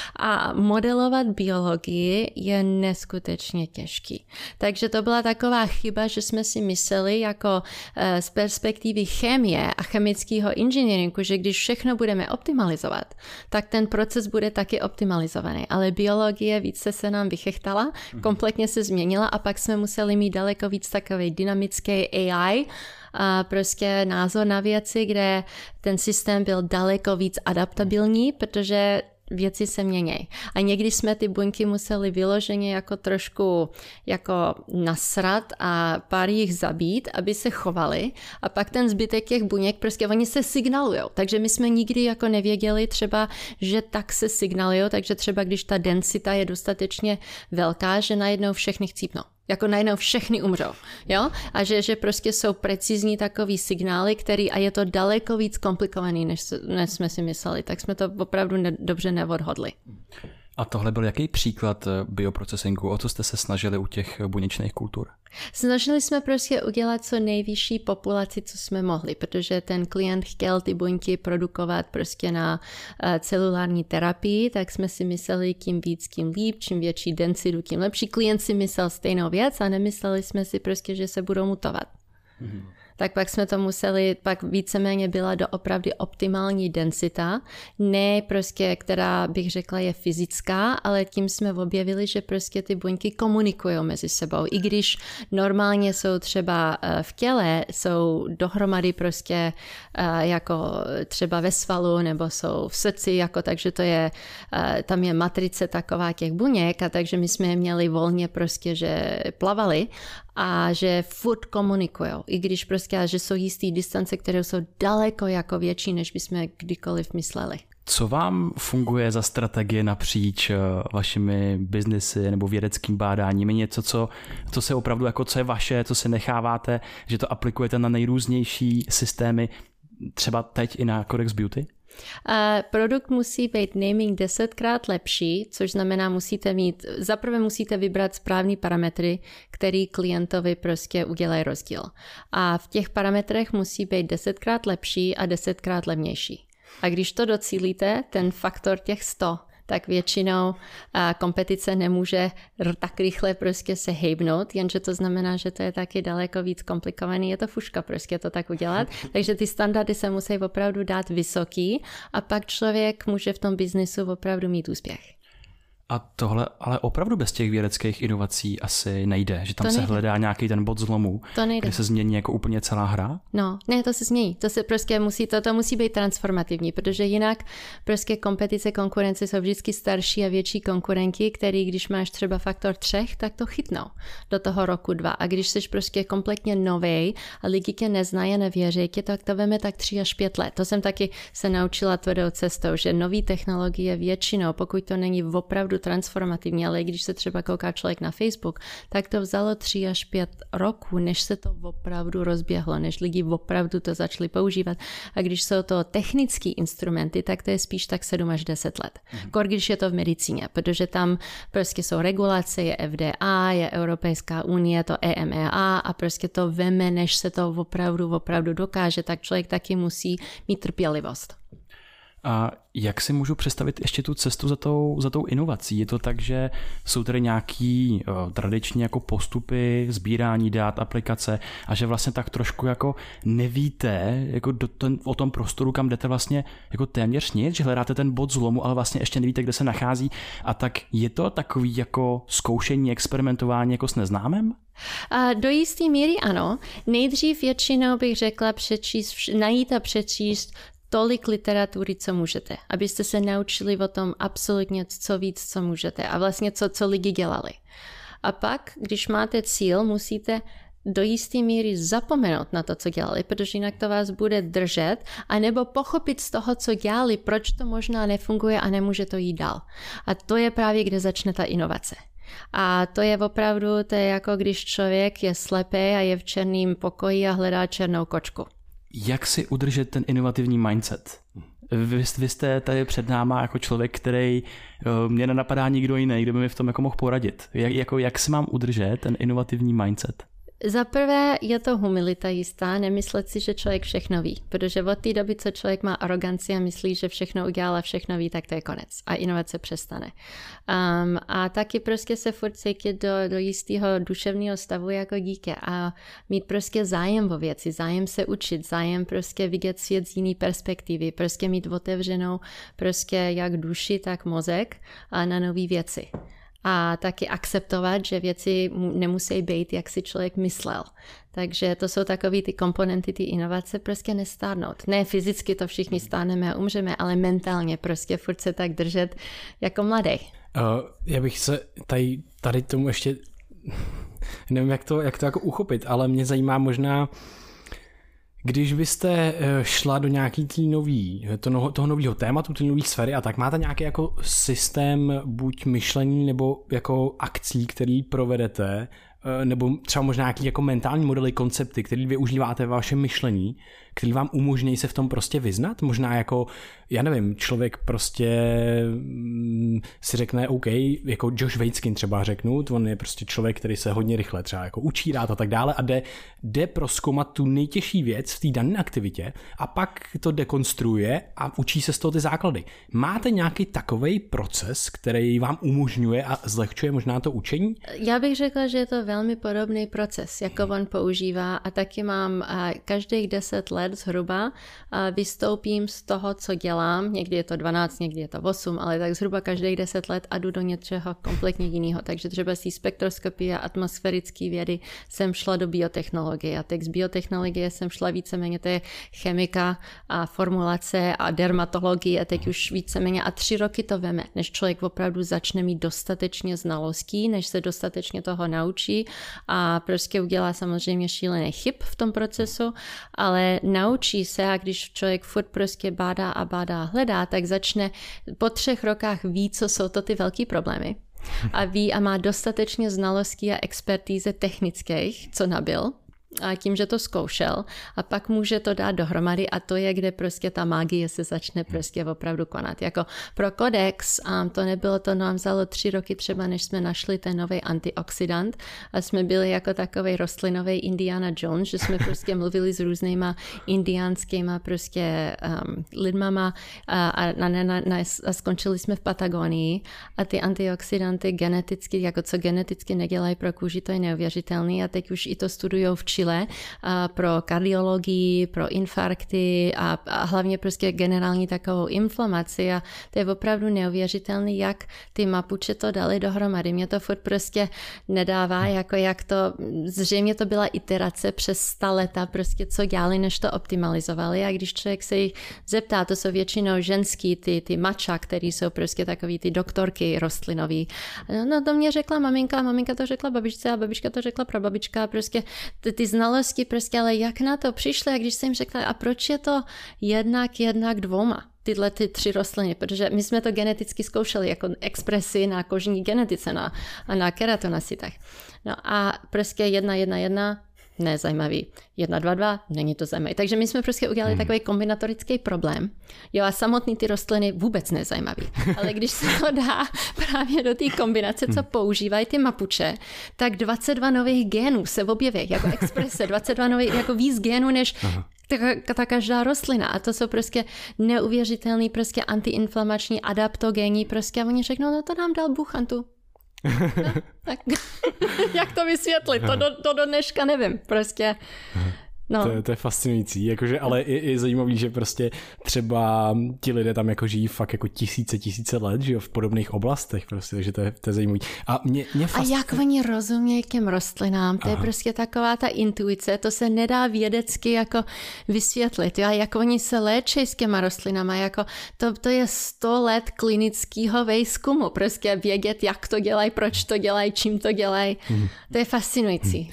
S3: A modelovat biologii je neskutečně těžký. Takže to byla taková chyba, že jsme si mysleli jako z perspektivy chemie a chemického inženýringu, že když všechno budeme optimalizovat, tak ten proces bude taky optimalizovaný. Ale biologie více se nám vychechtala, kompletně se změnila a pak jsme museli mít daleko víc takový dynamický AI a prostě názor na věci, kde ten systém byl daleko víc adaptabilní, protože věci se mění. A někdy jsme ty buňky museli vyloženě jako trošku jako nasrat a pár jich zabít, aby se chovali a pak ten zbytek těch buněk, prostě oni se signalujou. Takže my jsme nikdy jako nevěděli třeba, že tak se signalujou, takže třeba když ta densita je dostatečně velká, že najednou všechny chcípnou. Jako najednou všechny umřou, jo? A že prostě jsou precizní takový signály, který a je to daleko víc komplikovaný, než jsme si mysleli. Tak jsme to opravdu dobře neodhodli.
S2: A tohle byl jaký příklad bioprocesingu? O co jste se snažili u těch buněčných kultur?
S3: Snažili jsme prostě udělat co nejvyšší populaci, co jsme mohli, protože ten klient chtěl ty buňky produkovat prostě na celulární terapii, tak jsme si mysleli, tím víc, tím líp, čím větší densitu, tím lepší. Klient si myslel stejnou věc a nemysleli jsme si prostě, že se budou mutovat. Tak pak jsme to museli, pak víceméně byla doopravdy optimální densita, ne prostě, která bych řekla je fyzická, ale tím jsme objevili, že prostě ty buňky komunikují mezi sebou. I když normálně jsou třeba v těle, jsou dohromady prostě jako třeba ve svalu nebo jsou v srdci, jako takže to je, tam je matrice taková těch buněk a takže my jsme je měli volně prostě, že plavali a že furt komunikujou, i když prostě, že jsou jistý distance, které jsou daleko jako větší, než bychom kdykoliv mysleli.
S2: Co vám funguje za strategie napříč vašimi biznesy nebo vědeckým bádáním? Něco, co se opravdu jako, co je vaše, co si necháváte, že to aplikujete na nejrůznější systémy, třeba teď i na Codex Beauty?
S3: Produkt musí být nejméně 10krát lepší, což znamená, zaprvé musíte vybrat správný parametry, který klientovi prostě udělají rozdíl. A v těch parametrech musí být 10krát lepší a 10krát levnější. A když to docílíte, ten faktor těch 100, tak většinou kompetice nemůže tak rychle prostě se hejbnout, jenže to znamená, že to je taky daleko víc komplikovaný, je to fuška prostě to tak udělat, takže ty standardy se musí opravdu dát vysoký a pak člověk může v tom biznisu opravdu mít úspěch.
S2: A tohle ale opravdu bez těch vědeckých inovací asi nejde, že tam se hledá nějaký ten bod zlomu, kde se změní jako úplně celá hra?
S3: No, ne, to se změní, to se prostě musí být transformativní, protože jinak prostě konkurence jsou vždycky starší a větší konkurenky, který když máš třeba faktor 3, tak to chytnou do toho roku 2 a když jsi prostě kompletně novej a lidi tě neznají a nevěří, tak to veme tak 3 až 5 let. To jsem taky se naučila tvrdou cestou, že nový technologie většinou, pokud to není opravdu transformativní, ale když se třeba kouká člověk na Facebook, tak to vzalo 3 až 5 roků, než se to opravdu rozběhlo, než lidi opravdu to začali používat. A když jsou to technické instrumenty, tak to je spíš tak 7 až 10 let. Kor, když je to v medicíně, protože tam prostě jsou regulace, je FDA, je Evropská unie, to EMEA a prostě to veme, než se to opravdu dokáže, tak člověk taky musí mít trpělivost.
S2: A jak si můžu představit ještě tu cestu za tou inovací? Je to tak, že jsou tady nějaký tradiční jako postupy, sbírání dat, aplikace a že vlastně tak trošku jako nevíte jako o tom prostoru, kam jdete vlastně jako téměř nic, že hledáte ten bod zlomu, ale vlastně ještě nevíte, kde se nachází a tak je to takový jako zkoušení, experimentování jako s neznámem?
S3: Do jisté míry ano. Nejdřív většinou bych řekla najít a přečíst tolik literatury, co můžete, abyste se naučili o tom absolutně co víc, co můžete a vlastně co lidi dělali. A pak, když máte cíl, musíte do jisté míry zapomenout na to, co dělali, protože jinak to vás bude držet, anebo pochopit z toho, co dělali, proč to možná nefunguje a nemůže to jít dál. A to je právě, kde začne ta inovace. A to je opravdu, to je jako když člověk je slepý a je v černém pokoji a hledá černou kočku.
S2: Jak si udržet ten inovativní mindset? Vy jste tady před náma jako člověk, který mě nenapadá nikdo jiný, kdo by mi v tom jako mohl poradit. Jak si mám udržet ten inovativní mindset?
S3: Za prvé je to humilita jistá, nemyslet si, že člověk všechno ví, protože od té doby, co člověk má aroganci a myslí, že všechno udělal a všechno ví, tak to je konec a inovace přestane. A taky prostě se furt cítit do jistého duševního stavu jako dítě a mít prostě zájem o věci, zájem se učit, zájem prostě vidět svět z jiný perspektivy, prostě mít otevřenou prostě jak duši, tak mozek a na nové věci. A taky akceptovat, že věci nemusí být, jak si člověk myslel. Takže to jsou takový ty komponenty, ty inovace prostě nestárnout. Ne fyzicky to všichni stárneme a umřeme, ale mentálně prostě furt se tak držet jako mladý.
S1: Já bych se tady tomu ještě, nevím jak to jako uchopit, ale mě zajímá možná, když byste šla do nějaký toho nového tématu, té nové sféry a tak máte nějaký jako systém buď myšlení nebo jako akcí, který provedete, nebo třeba možná nějaký jako mentální modely, koncepty, který využíváte ve vašem myšlení, který vám umožní se v tom prostě vyznat? Možná jako, já nevím, člověk prostě si řekne, OK, jako Josh Waitzkin třeba řeknu, on je prostě člověk, který se hodně rychle třeba jako učí rád a tak dále a jde prozkoumat tu nejtěžší věc v té dané aktivitě a pak to dekonstruuje a učí se z toho ty základy. Máte nějaký takovej proces, který vám umožňuje a zlehčuje možná to učení?
S3: Já bych řekla, že je to velmi podobný proces, jako on používá a taky mám každých 10 let zhruba vystoupím z toho, co dělám, někdy je to 12, někdy je to 8, ale tak zhruba každých 10 let a jdu do něčeho kompletně jiného. Takže třeba z té spektroskopie a atmosférické vědy jsem šla do biotechnologie a teď z biotechnologie jsem šla víceméně, to je chemika a formulace a dermatologie a teď už víceméně a 3 roky to veme, než člověk opravdu začne mít dostatečně znalostí, než se dostatečně toho naučí a prostě udělá samozřejmě šílený chyb v tom procesu, ale naučí se a když člověk furt prostě bádá a hledá, tak začne po 3 rokách ví, co jsou to ty velký problémy a ví a má dostatečně znalostí a expertíze technických, co nabyl a tím, že to zkoušel a pak může to dát dohromady a to je, kde prostě ta magie se začne prostě opravdu konat. Jako pro Codex to nebylo, to nám vzalo 3 roky třeba, než jsme našli ten nový antioxidant a jsme byli jako takovej rostlinový Indiana Jones, že jsme prostě mluvili s různýma indiánskýma prostě lidmama a skončili jsme v Patagonii a ty antioxidanty geneticky, jako co geneticky nedělají pro kůži, to je neuvěřitelný a teď už i to studujou v Chile pro kardiologii, pro infarkty a hlavně prostě generální takovou inflamaci a to je opravdu neuvěřitelný, jak ty mapuče to dali dohromady. Mě to furt prostě nedává, jako jak to, zřejmě to byla iterace přes 100 leta, prostě co dělali, než to optimalizovali a když člověk se jich zeptá, to jsou většinou ženský, ty mača, který jsou prostě takový ty doktorky rostlinový. No to mě řekla maminka, maminka to řekla babičce a babička to řekla prababička a prostě ty znalosti prostě, ale jak na to přišly a když jsem jim řekla, a proč je to jednak 2? Tyhle ty 3 rostliny, protože my jsme to geneticky zkoušeli jako expresy na kožní genetice a na keratonacytech. No a prostě 1, nezajímavý. 1, 2, 2, není to zajímavý. Takže my jsme prostě udělali takový kombinatorický problém. Jo, a samotný ty rostliny vůbec nezajímavý. Ale když se to dá právě do té kombinace, co používají ty mapuče, tak 22 nových genů se objeví jako exprese, 22 nových, jako víc genů než ta každá rostlina. A to jsou prostě neuvěřitelný prostě antiinflamační adaptogénní prostě a oni řeknou, no to nám dal Bůh Antu. No, tak jak to vysvětlit? To do dneška nevím. Prostě. No.
S1: To je fascinující, jakože, ale je zajímavý, že prostě třeba ti lidé tam jako žijí fakt jako tisíce let, že jo, v podobných oblastech prostě, takže to je zajímavý. A
S3: jak oni rozumějí k těm rostlinám, to je prostě taková ta intuice, to se nedá vědecky jako vysvětlit, jo, a jak oni se léčí s těma rostlinama, jako to je 100 let klinického výzkumu, prostě vědět, jak to dělají, proč to dělají, čím to dělají, to je fascinující.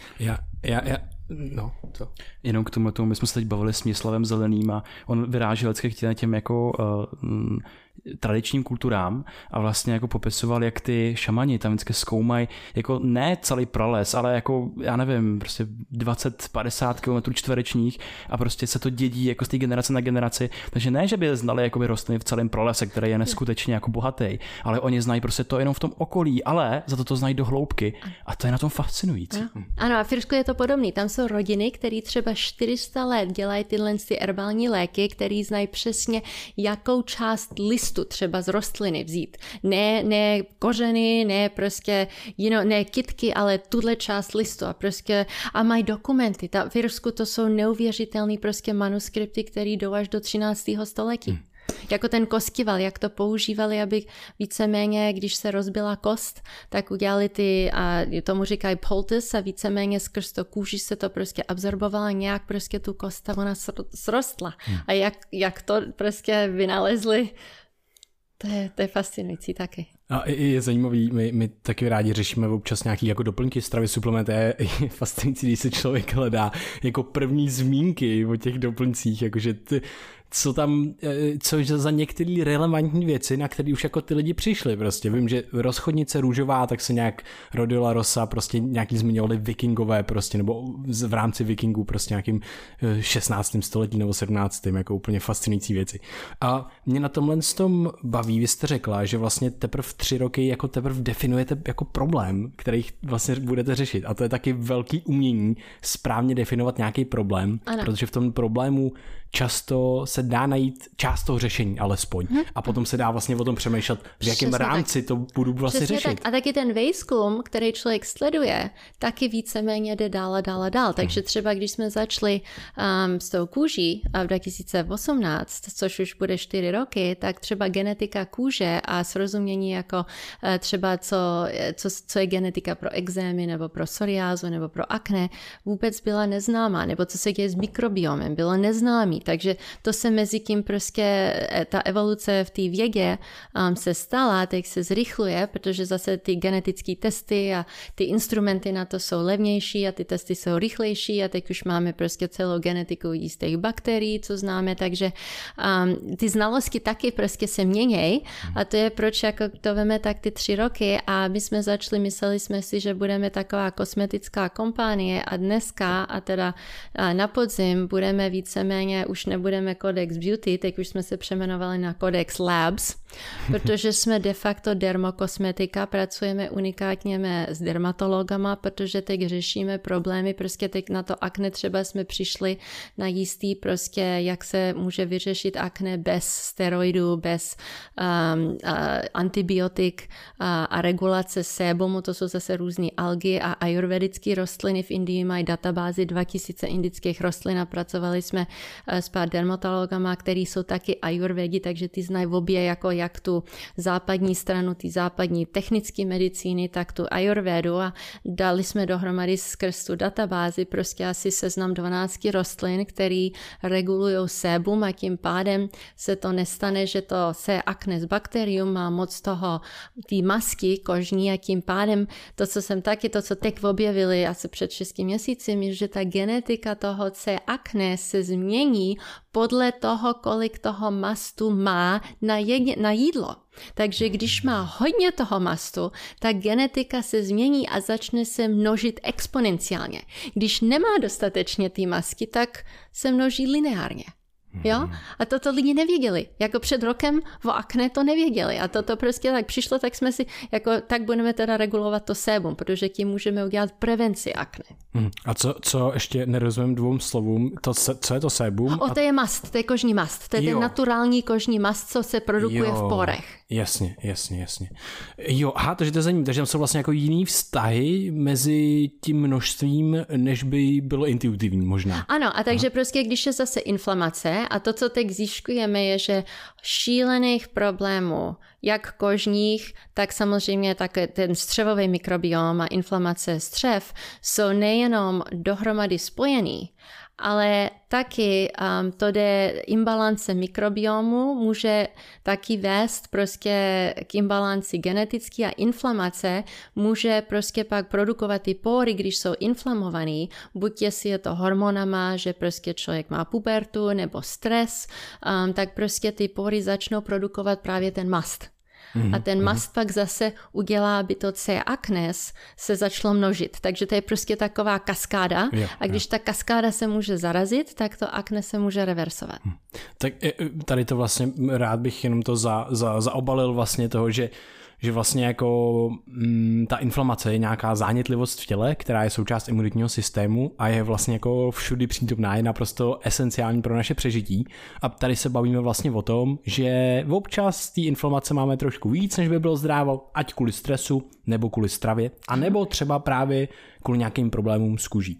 S1: No, co?
S2: Jenom k tomu, my jsme se teď bavili s Měslavem Zeleným a on vyrážel vždycky těm jako tradičním kulturám a vlastně jako popisoval, jak ty šamani tam vždycky zkoumají jako ne celý prales, ale jako, já nevím, prostě 20-50 km čtverečních a prostě se to dědí jako z té generace na generaci, takže ne, že by znali jakoby rostliny v celém pralese, který je neskutečně jako bohatý, ale oni znají prostě to jenom v tom okolí, ale za to znají do hloubky a to je na tom fascinující.
S3: Ano, a v Irsku je to podobný, tam jsou rodiny, které třeba 400 let dělají tyhle herbální léky, který znají přesně, jakou část listu třeba z rostliny vzít. Ne kořeny, ne prostě, ne kytky, ale tuhle část listu a prostě a mají dokumenty. V Irsku to jsou neuvěřitelný prostě manuskripty, které jdou až do 13. století. Jako ten kostival, jak to používali, aby víceméně, když se rozbila kost, tak udělali a tomu říkají poultice a víceméně skrz to kůži se to prostě absorbovalo nějak prostě tu kost a ona srostla. A jak to prostě vynalezli, to je fascinující taky.
S1: A je zajímavý, my taky rádi řešíme občas nějaký jako doplňky stravy, suplementy, je fascinující, když se člověk hledá jako první zmínky o těch doplňcích, jakože co za některé relevantní věci, na které už jako ty lidi přišli prostě. Vím, že rozchodnice růžová, tak se nějak rodila rosa, prostě nějaký zmiňovali vikingové prostě, nebo v rámci vikingů prostě nějakým 16. století nebo 17. jako úplně fascinující věci. A mě na tomhle tom baví, vy jste řekla, že vlastně teprve 3 roky jako teprve definujete jako problém, který vlastně budete řešit. A to je taky velký umění správně definovat nějaký problém, protože v tom problému často se dá najít část toho řešení alespoň. A potom se dá vlastně o tom přemýšlet, v jakém rámci to budu vlastně řešit.
S3: Tak. A taky ten výzkum, který člověk sleduje, taky víceméně jde dál a dál a dál. Takže třeba když jsme začali s tou kůží v 2018, což už bude 4 roky, tak třeba genetika kůže a srozumění jako třeba co je genetika pro ekzémy nebo pro psoriázu nebo pro akné, vůbec byla neznámá. Nebo co se děje s mikrobiomem, bylo neznámý. Takže to jsem mezi tím prostě ta evoluce v té vědě se stala, tak se zrychluje, protože zase ty genetické testy a ty instrumenty na to jsou levnější a ty testy jsou rychlejší a teď už máme prostě celou genetiku jistých bakterií, co známe, takže ty znalosti taky prostě se měnějí a to je proč, jako to veme tak ty 3 roky a my jsme mysleli jsme si, že budeme taková kosmetická kompánie a dneska a teda na podzim budeme víceméně, už nebudeme Codex Beauty, teď už jsme se přeměnovali na Codex Labs, protože jsme de facto dermokosmetika, pracujeme unikátně s dermatologama, protože teď řešíme problémy, prostě teď na to akne třeba jsme přišli na jistý prostě, jak se může vyřešit akne bez steroidů, bez antibiotik a regulace sébumu, to jsou zase různé algy a ajurvedické rostliny. V Indii mají databázi 2000 indických rostlin a pracovali jsme s pár dermatologama, který jsou taky ajurvedi, takže ty znají v obě jako jak tu západní stranu, ty západní technické medicíny, tak tu ajurvedu a dali jsme dohromady skrz tu databázi prostě asi seznam 12 rostlin, který regulují sébum a tím pádem se to nestane, že to se akne z bakterium má moc toho, ty masky kožní a tím pádem to, co teď objevili asi před 6 měsíci, je, že ta genetika toho C akne se změní podle toho, kolik toho mastu má na jídlo. Takže když má hodně toho mastu, tak genetika se změní a začne se množit exponenciálně. Když nemá dostatečně ty masky, tak se množí lineárně. Jo? A toto lidi nevěděli. Jako před rokem o akne to nevěděli. A toto prostě tak přišlo, tak jsme si, jako tak budeme teda regulovat to sébum, protože tím můžeme udělat prevenci akne.
S1: A co ještě nerozumím 2 slovům, co je to sébum?
S3: To je mast, to je kožní mast. To je ten naturální kožní mast, co se produkuje v porech.
S1: Jasně. Jo, takže to je zajímavé. Takže tam jsou vlastně jako jiný vztahy mezi tím množstvím, než by bylo intuitivní možná.
S3: Ano, a takže prostě, když je zase inflamace, a to, co teď zjišťujeme, je, že šílených problémů, jak kožních, tak samozřejmě také ten střevový mikrobiom a inflamace střev jsou nejenom dohromady spojený, ale taky imbalance mikrobiomu může taky vést prostě k imbalanci genetický a inflamace může prostě pak produkovat ty pory, když jsou inflamovaný, buď jestli je to hormonama, že prostě člověk má pubertu nebo stres, tak prostě ty pory začnou produkovat právě ten mast. A ten mast pak zase udělá, aby to C. acnes se začalo množit. Takže to je prostě taková kaskáda a když ta kaskáda se může zarazit, tak to akne se může reversovat.
S1: Tak tady to vlastně rád bych jenom to zaobalil vlastně toho, že vlastně jako ta inflamace je nějaká zánětlivost v těle, která je součást imunitního systému a je vlastně jako všudy přítomná, je naprosto esenciální pro naše přežití. A tady se bavíme vlastně o tom, že občas té inflamace máme trošku víc, než by bylo zdrávo, ať kvůli stresu, nebo kvůli stravě, a nebo třeba právě kvůli nějakým problémům s kůží.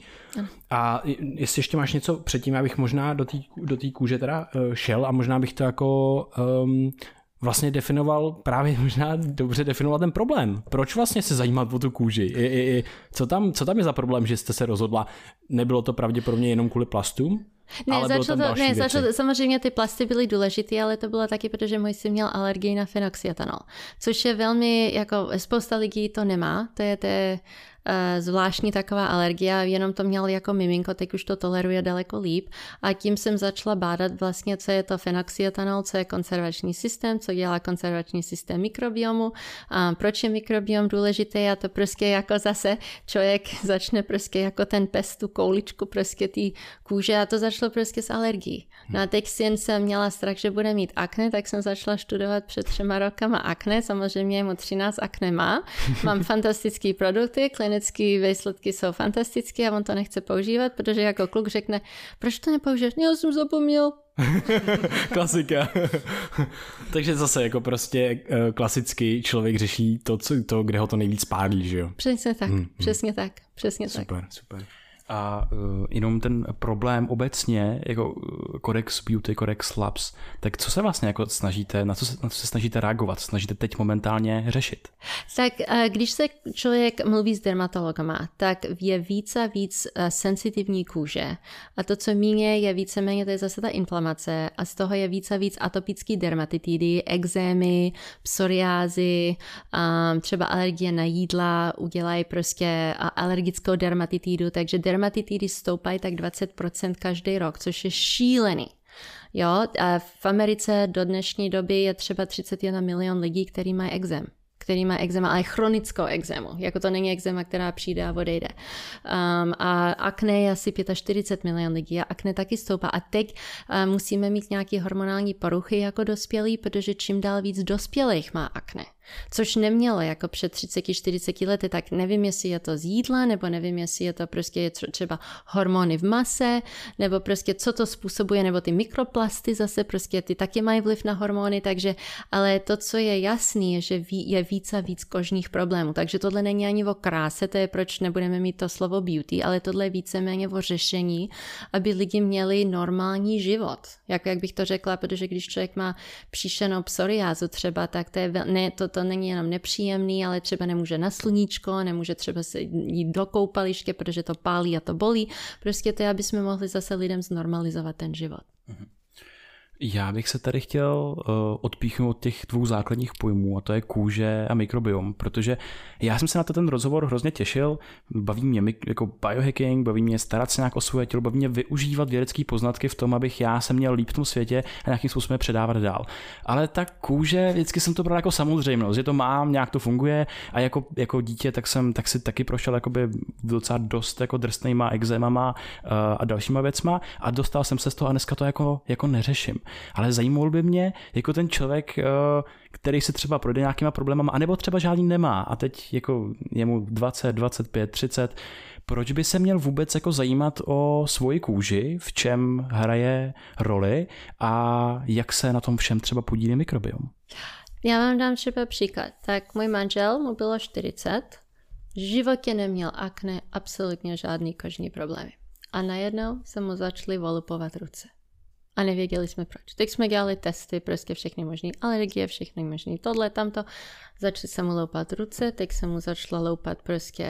S1: A jestli ještě máš něco předtím, abych možná do té kůže teda šel a možná bych to jako vlastně definoval, právě možná dobře definoval ten problém. Proč vlastně se zajímat o tu kůži? Co tam je za problém, že jste se rozhodla? Nebylo to pravděpodobně jenom kvůli plastům?
S3: Samozřejmě ty plasty byly důležité, ale to bylo taky, protože můj syn měl alergii na fenoxietanol, což je velmi, jako spousta lidí to nemá, to je zvláštní taková alergie, jenom to měl jako miminko, teď už to toleruje daleko líp a tím jsem začala bádat vlastně, co je to fenoxietanol, co je konzervační systém, co dělá konzervační systém mikrobiomu, a proč je mikrobiom důležitý a to prostě jako zase člověk začne prostě jako ten pes tu kouličku prostě té kůže a to začalo prostě s alergií. No a teď jsem měla strach, že bude mít akne, tak jsem začala studovat před 3 rokama akne, samozřejmě mu 13 akne má, mám fantastické produkty, klinické výsledky jsou fantastické a on to nechce používat, protože jako kluk řekne, proč to nepoužiješ? Já jsem zapomněl.
S1: Klasika. Takže zase jako prostě klasicky člověk řeší to, kde ho to nejvíc pálí, že jo?
S3: Přesně tak, přesně tak.
S1: Super.
S2: A jenom ten problém obecně, jako Codex Beauty, Codex Labs, tak co se vlastně jako snažíte, na co se snažíte reagovat, snažíte teď momentálně řešit?
S3: Tak když se člověk mluví s dermatologama, tak je víc a víc sensitivní kůže. A to, co míně, je víceméně, to je zase ta inflamace a z toho je víc a víc atopický dermatitidy, ekzémy, psoriázy, třeba alergie na jídla, udělají prostě alergickou dermatitidu, takže dermatitidy stoupají tak 20% každý rok, což je šílený. Jo, a v Americe do dnešní doby je třeba 31 milion lidí, kteří mají ekzém. Ale chronickou ekzému. Jako to není ekzéma, která přijde a odejde. A akné je asi 45 milion lidí a akné taky stoupá. A teď musíme mít nějaké hormonální poruchy jako dospělí, protože čím dál víc dospělých má akné. Což nemělo jako před 30-40 lety, tak nevím, jestli je to z jídla, nebo nevím, jestli je to prostě třeba hormony v mase, nebo prostě co to způsobuje, nebo ty mikroplasty zase prostě ty taky mají vliv na hormony, takže, ale to, co je jasný, je, že je víc a víc kožních problémů, takže tohle není ani o kráse, to je proč nebudeme mít to slovo beauty, ale tohle je víceméně o řešení, aby lidi měli normální život, jak bych to řekla, protože když člověk má příšenou psoriázu třeba, tak to je to není jenom nepříjemný, ale třeba nemůže na sluníčko, nemůže třeba se jít do koupaliště, protože to pálí a to bolí. Prostě to je, aby jsme mohli zase lidem znormalizovat ten život.
S2: Já bych se tady chtěl odpíchnout od těch dvou základních pojmů, a to je kůže a mikrobiom, protože já jsem se na ten rozhovor hrozně těšil, baví mě jako biohacking, baví mě starat se nějak o svoje tělo, baví mě využívat vědecké poznatky v tom, abych já se měl líp v tom světě a nějakým způsobem předávat dál. Ale ta kůže, vždycky jsem to bral jako samozřejmost, že to mám, nějak to funguje a jako dítě tak si taky prošel jakoby docela dost jako drsnýma ekzémama a dalšíma věcma a dostal jsem se z toho a dneska to jako neřeším. Ale zajímalo by mě, jako ten člověk, který se třeba projde nějakýma problémama, anebo třeba žádný nemá a teď jako je mu 20, 25, 30, proč by se měl vůbec jako zajímat o svoji kůži, v čem hraje roli a jak se na tom všem třeba podílí mikrobiom?
S3: Já vám dám třeba příklad. Tak můj manžel, mu bylo 40, v životě neměl akné, absolutně žádný kožní problémy. A najednou se mu začaly volupovat ruce. A nevěděli jsme proč. Teď jsme dělali testy, prostě všechny možné alergie, všechny možné tohle, tamto. Začaly se mu loupat ruce, teď se mu začala loupat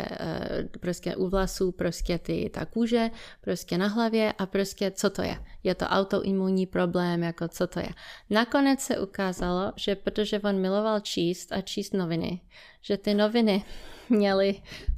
S3: prostě u vlasů, prostě ta kůže, prostě na hlavě a prostě co to je. Je to autoimunní problém, jako co to je. Nakonec se ukázalo, že protože on miloval číst noviny, že ty noviny měly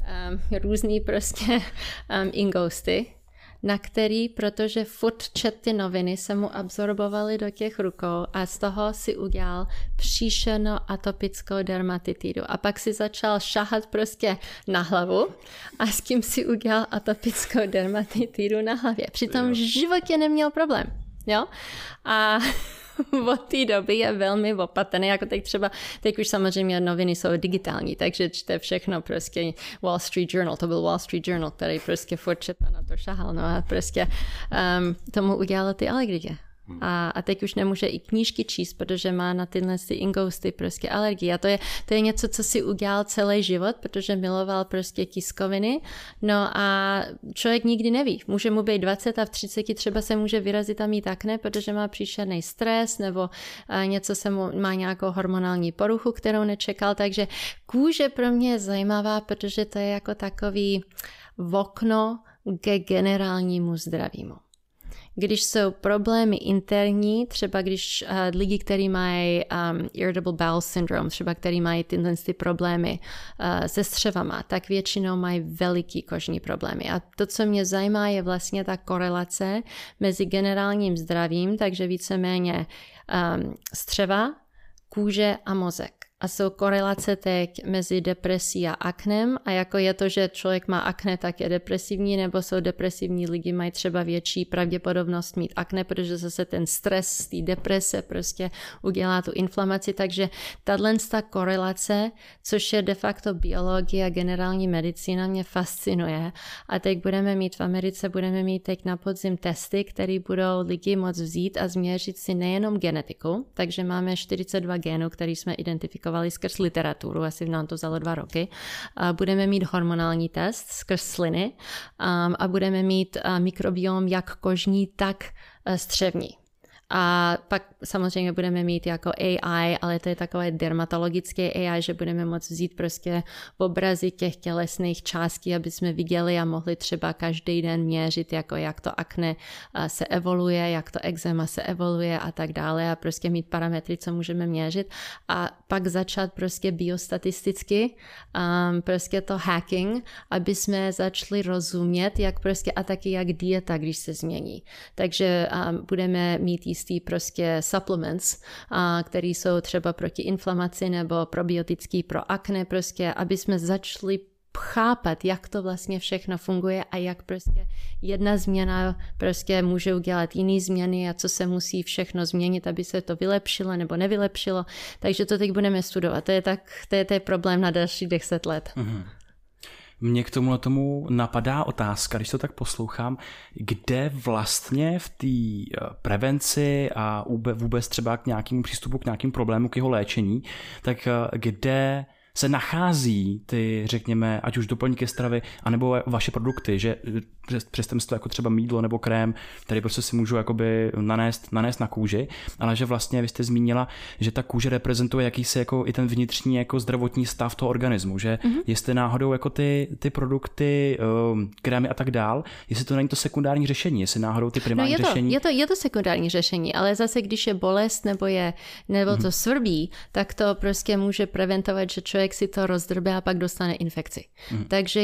S3: různý prostě ingousty, na který, protože furt čet ty noviny, se mu absorbovaly do těch rukou a z toho si udělal příšernou atopickou dermatitidu. A pak si začal šahat prostě na hlavu a s kým si udělal atopickou dermatitidu na hlavě. Přitom v životě neměl problém. Jo? A od té doby je velmi opatrný, jako teď už samozřejmě noviny jsou digitální, takže čte všechno prostě Wall Street Journal, to byl Wall Street Journal, který prostě furt četl na to šahal, no a prostě tomu udělalo ty alergie. A teď už nemůže i knížky číst, protože má na tyhle ingousty prostě alergie. A to je něco, co si udělal celý život, protože miloval prostě tiskoviny. No a člověk nikdy neví. Může mu být 20 a v 30 třeba se může vyrazit a mít akné, protože má příšerný stres nebo něco má nějakou hormonální poruchu, kterou nečekal. Takže kůže pro mě je zajímavá, protože to je jako takový okno ke generálnímu zdravímu. Když jsou problémy interní, třeba když lidi, kteří mají irritable bowel syndrome, třeba kteří mají tyhle problémy se střevama, tak většinou mají veliký kožní problémy. A to, co mě zajímá, je vlastně ta korelace mezi generálním zdravím, takže víceméně střeva, kůže a mozek. A jsou korelace teď mezi depresí a aknem a jako je to, že člověk má akné, tak je depresivní, nebo jsou depresivní lidi, mají třeba větší pravděpodobnost mít akné, protože zase ten stres z té deprese prostě udělá tu inflamaci, takže tato korelace, což je de facto biologie a generální medicína, mě fascinuje. A teď budeme mít v Americe, teď na podzim testy, které budou lidi moct vzít a změřit si nejenom genetiku, takže máme 42 genů, které jsme identifikovali vystudovali skrz literaturu, asi nám to vzalo 2 roky. Budeme mít hormonální test skrz sliny a budeme mít mikrobiom jak kožní, tak střevní. A pak samozřejmě budeme mít jako AI, ale to je takové dermatologické AI, že budeme moct vzít prostě obrazy těch tělesných částí, aby jsme viděli a mohli třeba každý den měřit, jako jak to akné se evoluje, jak to ekzema se evoluje a tak dále a prostě mít parametry, co můžeme měřit a pak začat prostě biostatisticky prostě to hacking, aby jsme začali rozumět, jak prostě a taky jak dieta, když se změní. Takže budeme mít jistý prostě supplements, které jsou třeba proti inflamaci nebo probiotický pro akné, prostě, aby jsme začali chápat, jak to vlastně všechno funguje a jak prostě jedna změna prostě může udělat jiný změny a co se musí všechno změnit, aby se to vylepšilo nebo nevylepšilo. Takže to teď budeme studovat. To je problém na další 10 let. Mm-hmm.
S2: Mně k tomu napadá otázka, když to tak poslouchám, kde vlastně v té prevenci a vůbec třeba k nějakému přístupu, k nějakému problému, k jeho léčení, tak kde se nachází ty, řekněme, ať už doplňky stravy, anebo vaše produkty, že představím si to jako třeba mýdlo nebo krém, který prostě si můžu jakoby nanést na kůži, ale že vlastně vy jste zmínila, že ta kůže reprezentuje jakýsi jako i ten vnitřní jako zdravotní stav toho organismu, že jestli náhodou jako ty produkty, krémy a tak dál, jestli to není to sekundární řešení, jestli náhodou ty primární řešení.
S3: Je to sekundární řešení, ale zase když je bolest nebo to svrbí, tak to prostě může preventovat, že člověk si to rozdrbe a pak dostane infekci. Takže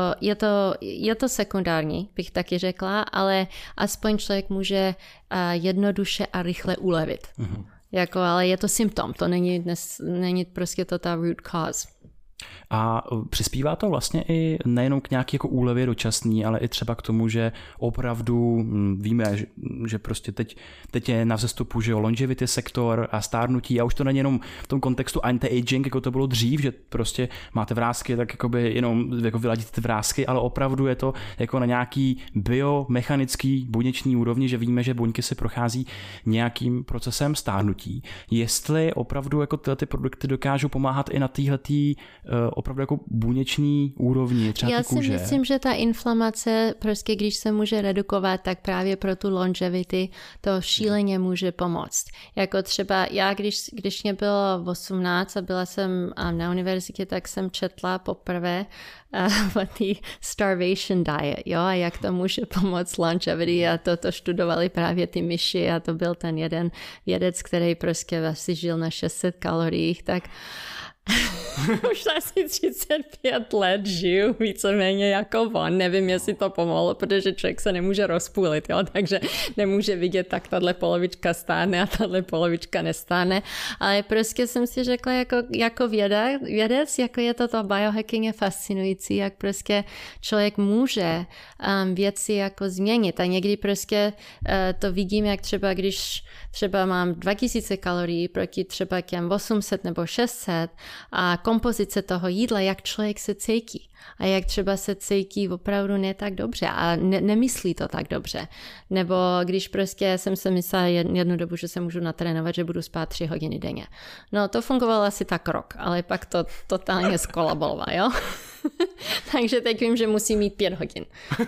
S3: je to sekundární, bych taky řekla, ale aspoň člověk může jednoduše a rychle ulevit. Ale je to symptom, to není prostě to ta root cause.
S2: A přispívá to vlastně i nejenom k nějaké jako úlevě dočasný, ale i třeba k tomu, že opravdu víme, že prostě teď je na vzestupu, že longevity sektor a stárnutí a už to není jenom v tom kontextu anti-aging, jako to bylo dřív, že prostě máte vrásky, tak jakoby jenom jako vyladíte ty vrásky, ale opravdu je to jako na nějaký biomechanický buněční úrovni, že víme, že buňky se prochází nějakým procesem stárnutí. Jestli opravdu jako ty produkty dokážou pomáhat i na téhletý opravdu jako buněční úrovni, třeba
S3: Já
S2: ty kůže.
S3: Já si myslím, že ta inflamace, prostě když se může redukovat, tak právě pro tu longevity to šíleně může pomoct. Jako třeba já, když mě bylo 18 a byla jsem na univerzitě, tak jsem četla poprvé o té starvation diet, jo, a jak to může pomoct longevity a to študovali právě ty myši a to byl ten jeden vědec, který prostě asi žil na 600 kaloriích, tak už asi 35 let žiju víceméně jako on. Nevím, jestli to pomohlo, protože člověk se nemůže rozpůlit, jo? Takže nemůže vidět, tak tahle polovička stáne a tahle polovička nestáne. Ale prostě jsem si řekla jako vědec, jako je to biohacking je fascinující, jak prostě člověk může věci jako změnit. A někdy prostě to vidím, jak třeba když třeba mám 2000 kalorií proti třeba těm 800 nebo 600 a kompozice toho jídla, jak člověk se cítí a jak třeba se cítí opravdu ne tak dobře a nemyslí to tak dobře. Nebo když prostě jsem se myslela jednu dobu, že se můžu natrénovat, že budu spát 3 hodiny denně. No to fungovalo asi tak rok, ale pak to totálně skolabovalo, jo? Takže teď vím, že musím mít 5 hodin.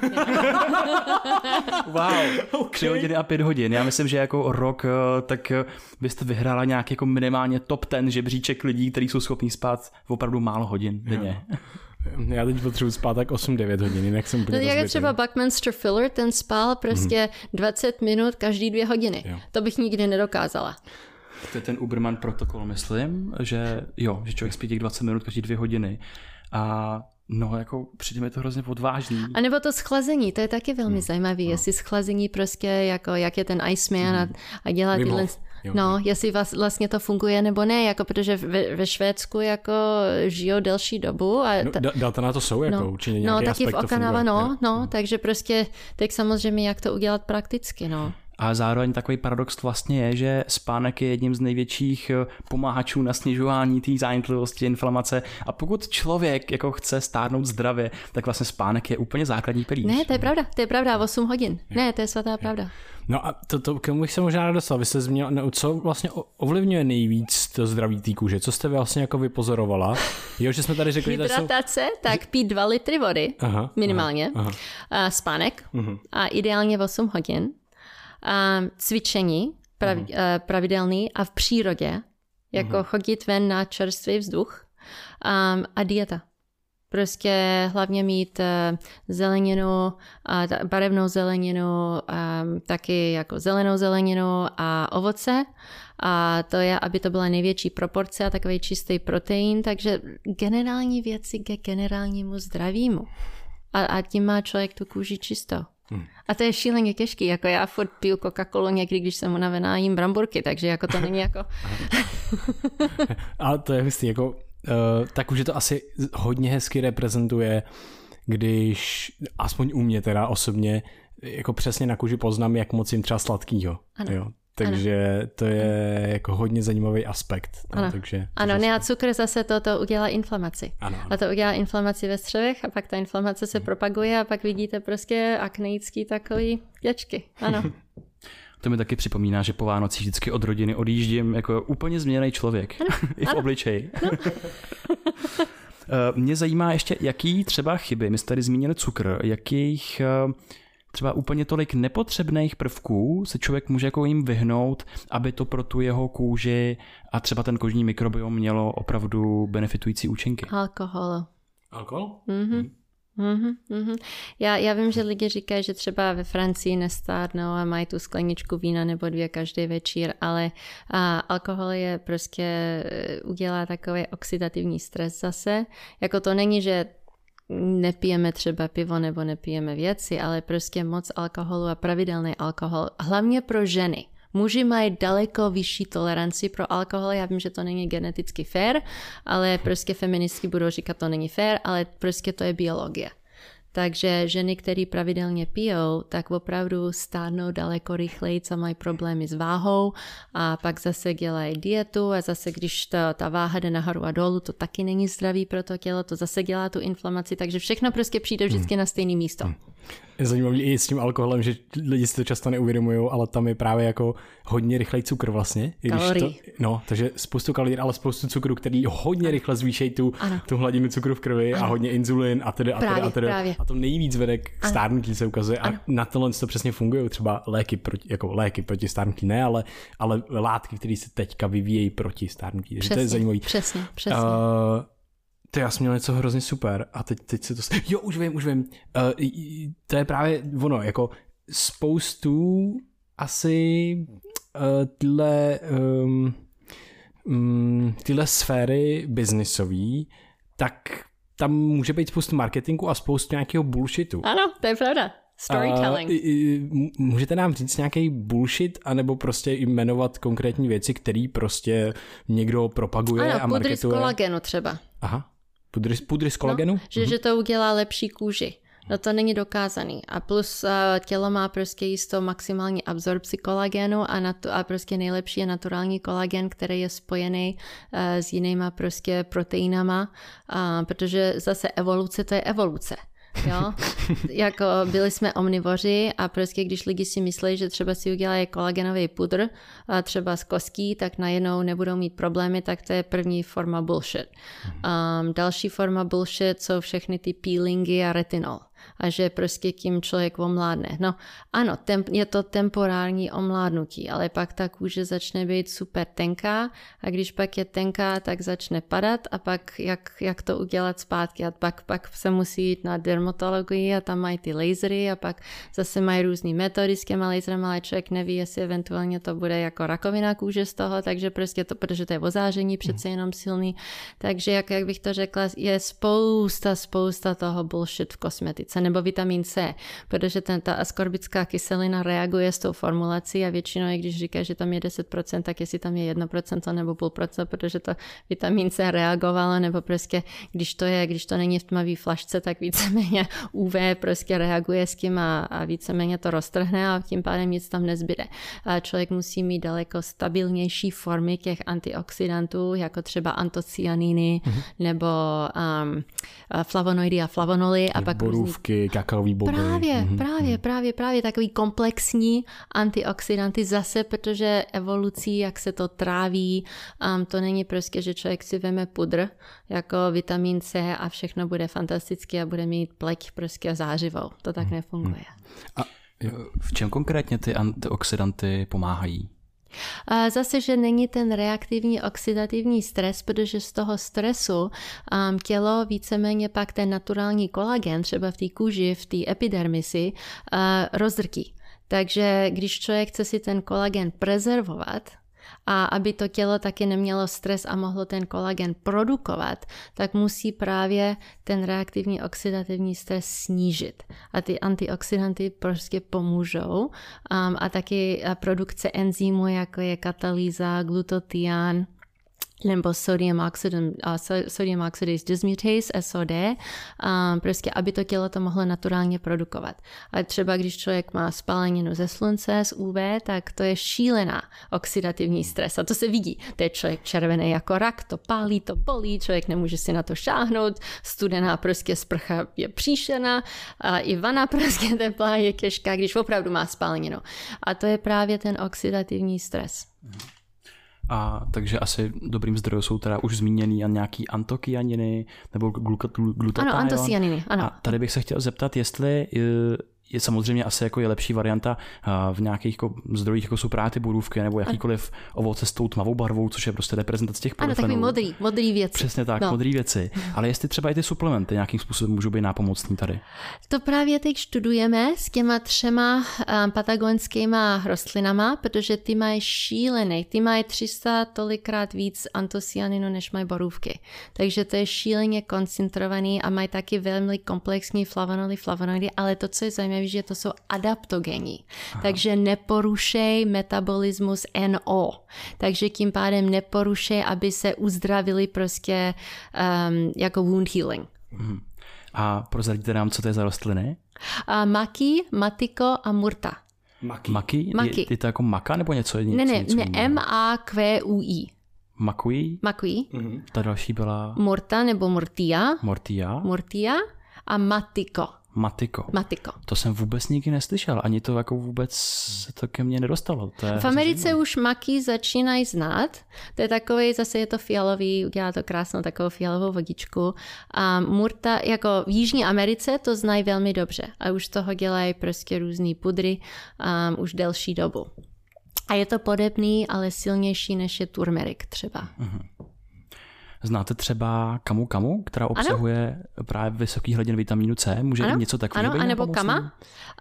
S2: Wow, 3 hodiny a 5 hodin. Já myslím, že jako rok, tak byste vyhrála nějak jako minimálně top 10 žebříček lidí, kteří jsou schopní spát opravdu málo hodin denně.
S1: Já teď potřebuji spát tak 8-9 hodin, jinak jsem úplně
S3: rozbitý. Jak třeba Buckminster Fuller, ten spal prostě 20 minut každý 2 hodiny. Jo. To bych nikdy nedokázala.
S2: To je ten Uberman protokol, myslím, že člověk spí těch 20 minut každý 2 hodiny. A no, jako přijde mi to hrozně odvážný.
S3: A nebo to schlazení, to je taky velmi zajímavý, jestli schlazení prostě, jako jak je ten Iceman a dělá tyhle... jestli vlastně to funguje nebo ne, jako protože ve Švédsku jako žijou delší dobu. A
S1: data na to jsou, jako určitě nějaký
S3: taky
S1: aspekt
S3: v Okinawa,
S1: to funguje.
S3: takže prostě teď samozřejmě jak to udělat prakticky,
S2: A zároveň takový paradox vlastně je, že spánek je jedním z největších pomáhačů na snižování té zánětlivosti, inflamace. A pokud člověk jako chce stárnout zdravě, tak vlastně spánek je úplně základní pilíř.
S3: Ne, to je pravda, 8 hodin. Ne, to je svatá pravda.
S1: No a to k tomu bych se možná dostal. Vy jste zmínil, co vlastně ovlivňuje nejvíc to zdraví té kůže? Co jste vlastně jako vypozorovala? Jo, že jsme tady řekli,
S3: hydratace, tak pít 2 litry vody, minimálně. Spánek a ideálně 8 hodin. Cvičení pravidelný a v přírodě, jako chodit ven na čerstvý vzduch a dieta. Prostě hlavně mít zeleninu, barevnou zeleninu, taky jako zelenou zeleninu a ovoce. A to je, aby to byla největší proporce a takový čistý protein, takže generální věci ke generálnímu zdravímu. A tím má člověk tu kůži čistou. A to je šíleně těžký, jako já furt piju Coca-Colu někdy, když jsem unavená, jím bramburky, takže jako to není jako...
S1: Ale to je hustý, jako... tak už je to asi hodně hezky reprezentuje, když aspoň u mě teda osobně jako přesně na kůži poznám, jak moc jim třeba sladkýho. Jo. Takže to je jako hodně zajímavý aspekt.
S3: Ano, takže ne a cukr zase to udělá inflamaci.
S1: Ano.
S3: A to udělá inflamaci ve střevech a pak ta inflamace se propaguje a pak vidíte prostě akneický takový děčky. Ano.
S2: To mi taky připomíná, že po Vánocích vždycky od rodiny odjíždím jako úplně změněný člověk. I v obličeji. Mě zajímá ještě, jaký třeba chyby, my jste tady zmínili cukr, jakých třeba úplně tolik nepotřebných prvků se člověk může jako jim vyhnout, aby to pro tu jeho kůži a třeba ten kožní mikrobiom mělo opravdu benefitující účinky.
S3: Alkohol?
S1: Mhm.
S3: Já vím, že lidi říkají, že třeba ve Francii nestárnou a mají tu skleničku vína nebo 2 každý večer, ale alkohol je prostě udělá takový oxidativní stres zase. Jako to není, že nepijeme třeba pivo nebo nepijeme věci, ale prostě moc alkoholu a pravidelný alkohol, hlavně pro ženy. Muži mají daleko vyšší toleranci pro alkohol, já vím, že to není geneticky fair, ale prostě feministky budou říkat, to není fair, ale prostě to je biologie. Takže ženy, které pravidelně pijou, tak opravdu stárnou daleko rychleji, co mají problémy s váhou a pak zase dělají dietu a zase když ta váha jde nahoru a dolů, to taky není zdravý pro to tělo, to zase dělá tu inflamaci, takže všechno prostě přijde vždycky na stejné místo.
S1: Je zajímavý i s tím alkoholem, že lidi si to často neuvědomují, ale tam je právě jako hodně rychlej cukr vlastně.
S3: Kalorií.
S1: Takže spoustu kalorií, ale spoustu cukru, který hodně rychle zvýšejí tu hladinu cukru v krvi a hodně inzulin a tedy. A to nejvíc vede k stárnutí, se ukazuje. A na tohle to přesně fungují třeba léky proti stárnutí, ne, ale látky, které se teďka vyvíjejí proti stárnutí.
S3: Přesně,
S1: to je zajímavý.
S3: Přesně.
S1: To já jsem měl něco hrozně super a teď se to... Jo, už vím. To je právě ono, jako spoustu asi tyhle sféry biznisový, tak tam může být spoustu marketingu a spoustu nějakého bullshitu.
S3: Ano, to je pravda. Storytelling.
S1: Můžete nám říct nějaký bullshit, anebo prostě jmenovat konkrétní věci, které prostě někdo propaguje a marketuje?
S3: Ano, pudry z kolagenu třeba.
S1: Aha. Pudry z kolagenu?
S3: No, že to udělá lepší kůži. No to není dokázaný. A plus tělo má prostě jistou maximální absorpci kolagenu a prostě nejlepší je naturální kolagen, který je spojený s jinýma prostě proteinama, protože zase evoluce to je evoluce. Jo? Jako byli jsme omnivoři a prostě když lidi si myslí, že třeba si udělají kolagenový pudr třeba z kostí, tak najednou nebudou mít problémy, tak to je první forma bullshit. Další forma bullshit jsou všechny ty peelingy a retinol. A že prostě tím člověk omládne. No ano, je to temporární omládnutí, ale pak ta kůže začne být super tenká a když pak je tenká, tak začne padat a pak jak to udělat zpátky a pak se musí jít na dermatologii a tam mají ty lasery a pak zase mají různý metody s těma laserama, ale člověk neví, jestli eventuálně to bude jako rakovina kůže z toho, takže prostě to, protože to je ozáření přece jenom silný, takže jak bych to řekla, je spousta toho bullshit v kosmetice. slivovice, nebo vitamin C, protože ta askorbická kyselina reaguje s tou formulací a většinou, když říká, že tam je 10%, tak jestli tam je 1% nebo 0,5%, protože to vitamin C reagovalo, nebo prostě když to není v tmavé flašce, tak víceméně UV prostě reaguje s tím a víceméně to roztrhne a tím pádem nic tam nezbyde. A člověk musí mít daleko stabilnější formy těch antioxidantů, jako třeba antocyaniny nebo flavonoidy a flavonoly. A pak
S2: borůvky, kakaový boby.
S3: Právě takový komplexní antioxidanty zase, protože evolucí, jak se to tráví, to není prostě, že člověk si veme pudr jako vitamin C a všechno bude fantastické a bude mít pleť prostě zářivou. To tak nefunguje.
S2: A v čem konkrétně ty antioxidanty pomáhají?
S3: Zase, že není ten reaktivní oxidativní stres, protože z toho stresu tělo víceméně pak ten naturální kolagen, třeba v té kůži, v té epidermisi, rozdrtí. Takže když člověk chce si ten kolagen prezervovat, a aby to tělo taky nemělo stres a mohlo ten kolagen produkovat, tak musí právě ten reaktivní oxidativní stres snížit. A ty antioxidanty prostě pomůžou. A taky produkce enzymů, jako je katalýza, glutatian, nebo sodium oxidase dismutase, SOD, prostě aby to tělo to mohlo naturálně produkovat. A třeba když člověk má spáleninu ze slunce, z UV, tak to je šílená oxidativní stres. A to se vidí. To je člověk červený jako rak, to pálí, to bolí, člověk nemůže si na to šáhnout, studená prostě sprcha je příšerná, a i vana prostě teplá je těžká, když opravdu má spáleninu. A to je právě ten oxidativní stres.
S2: A takže asi dobrým zdrojem jsou teda už zmíněný a nějaký antokyaniny nebo glutathion.
S3: Ano, antocyaniny, ano.
S2: A tady bych se chtěl zeptat, jestli je samozřejmě asi jako je lepší varianta v nějakých jako zdrojích, jako jsou právě ty borůvky nebo jakýkoliv ovoce s tou tmavou barvou, což je prostě reprezentace těch polyfenolů.
S3: Ano, takový modrý věci.
S2: Přesně tak, modrý věci. Ale jestli třeba i ty suplementy nějakým způsobem můžou být nápomocný tady.
S3: To právě teď studujeme s těma 3 patagonskýma rostlinama, protože ty mají šílený, ty mají 300 tolikrát víc antocyaninu, než mají borůvky. Takže to je šíleně koncentrovaný a mají taky velmi komplexní flavonoidy, ale to, co je zajímavé, že to jsou adaptogenní. Takže neporušej metabolismus NO. Takže tím pádem neporušej, aby se uzdravili prostě jako wound healing.
S2: A prozradíte nám, co to je za rostliny?
S3: Maki, matiko a murta.
S2: Maki? Je to jako maka nebo něco?
S3: Ne, M-A-Q-U-I.
S2: Makuji? Ta další byla?
S3: Murta nebo murtia.
S2: Mortia.
S3: A matiko.
S2: Matiko. To jsem vůbec nikdy neslyšel, ani to jako vůbec se to ke mně nedostalo.
S3: V Americe už maky začínají znát. To je takový, zase je to fialový, udělá to krásnou takovou fialovou vodičku. A murta, jako v Jižní Americe to znají velmi dobře. A už toho dělají prostě různý pudry už delší dobu. A je to podobný, ale silnější než je turmerik třeba.
S2: Znáte třeba kamu, která obsahuje právě vysoký hladin vitamínu C? Může jim něco takového být?
S3: Ano, anebo kama.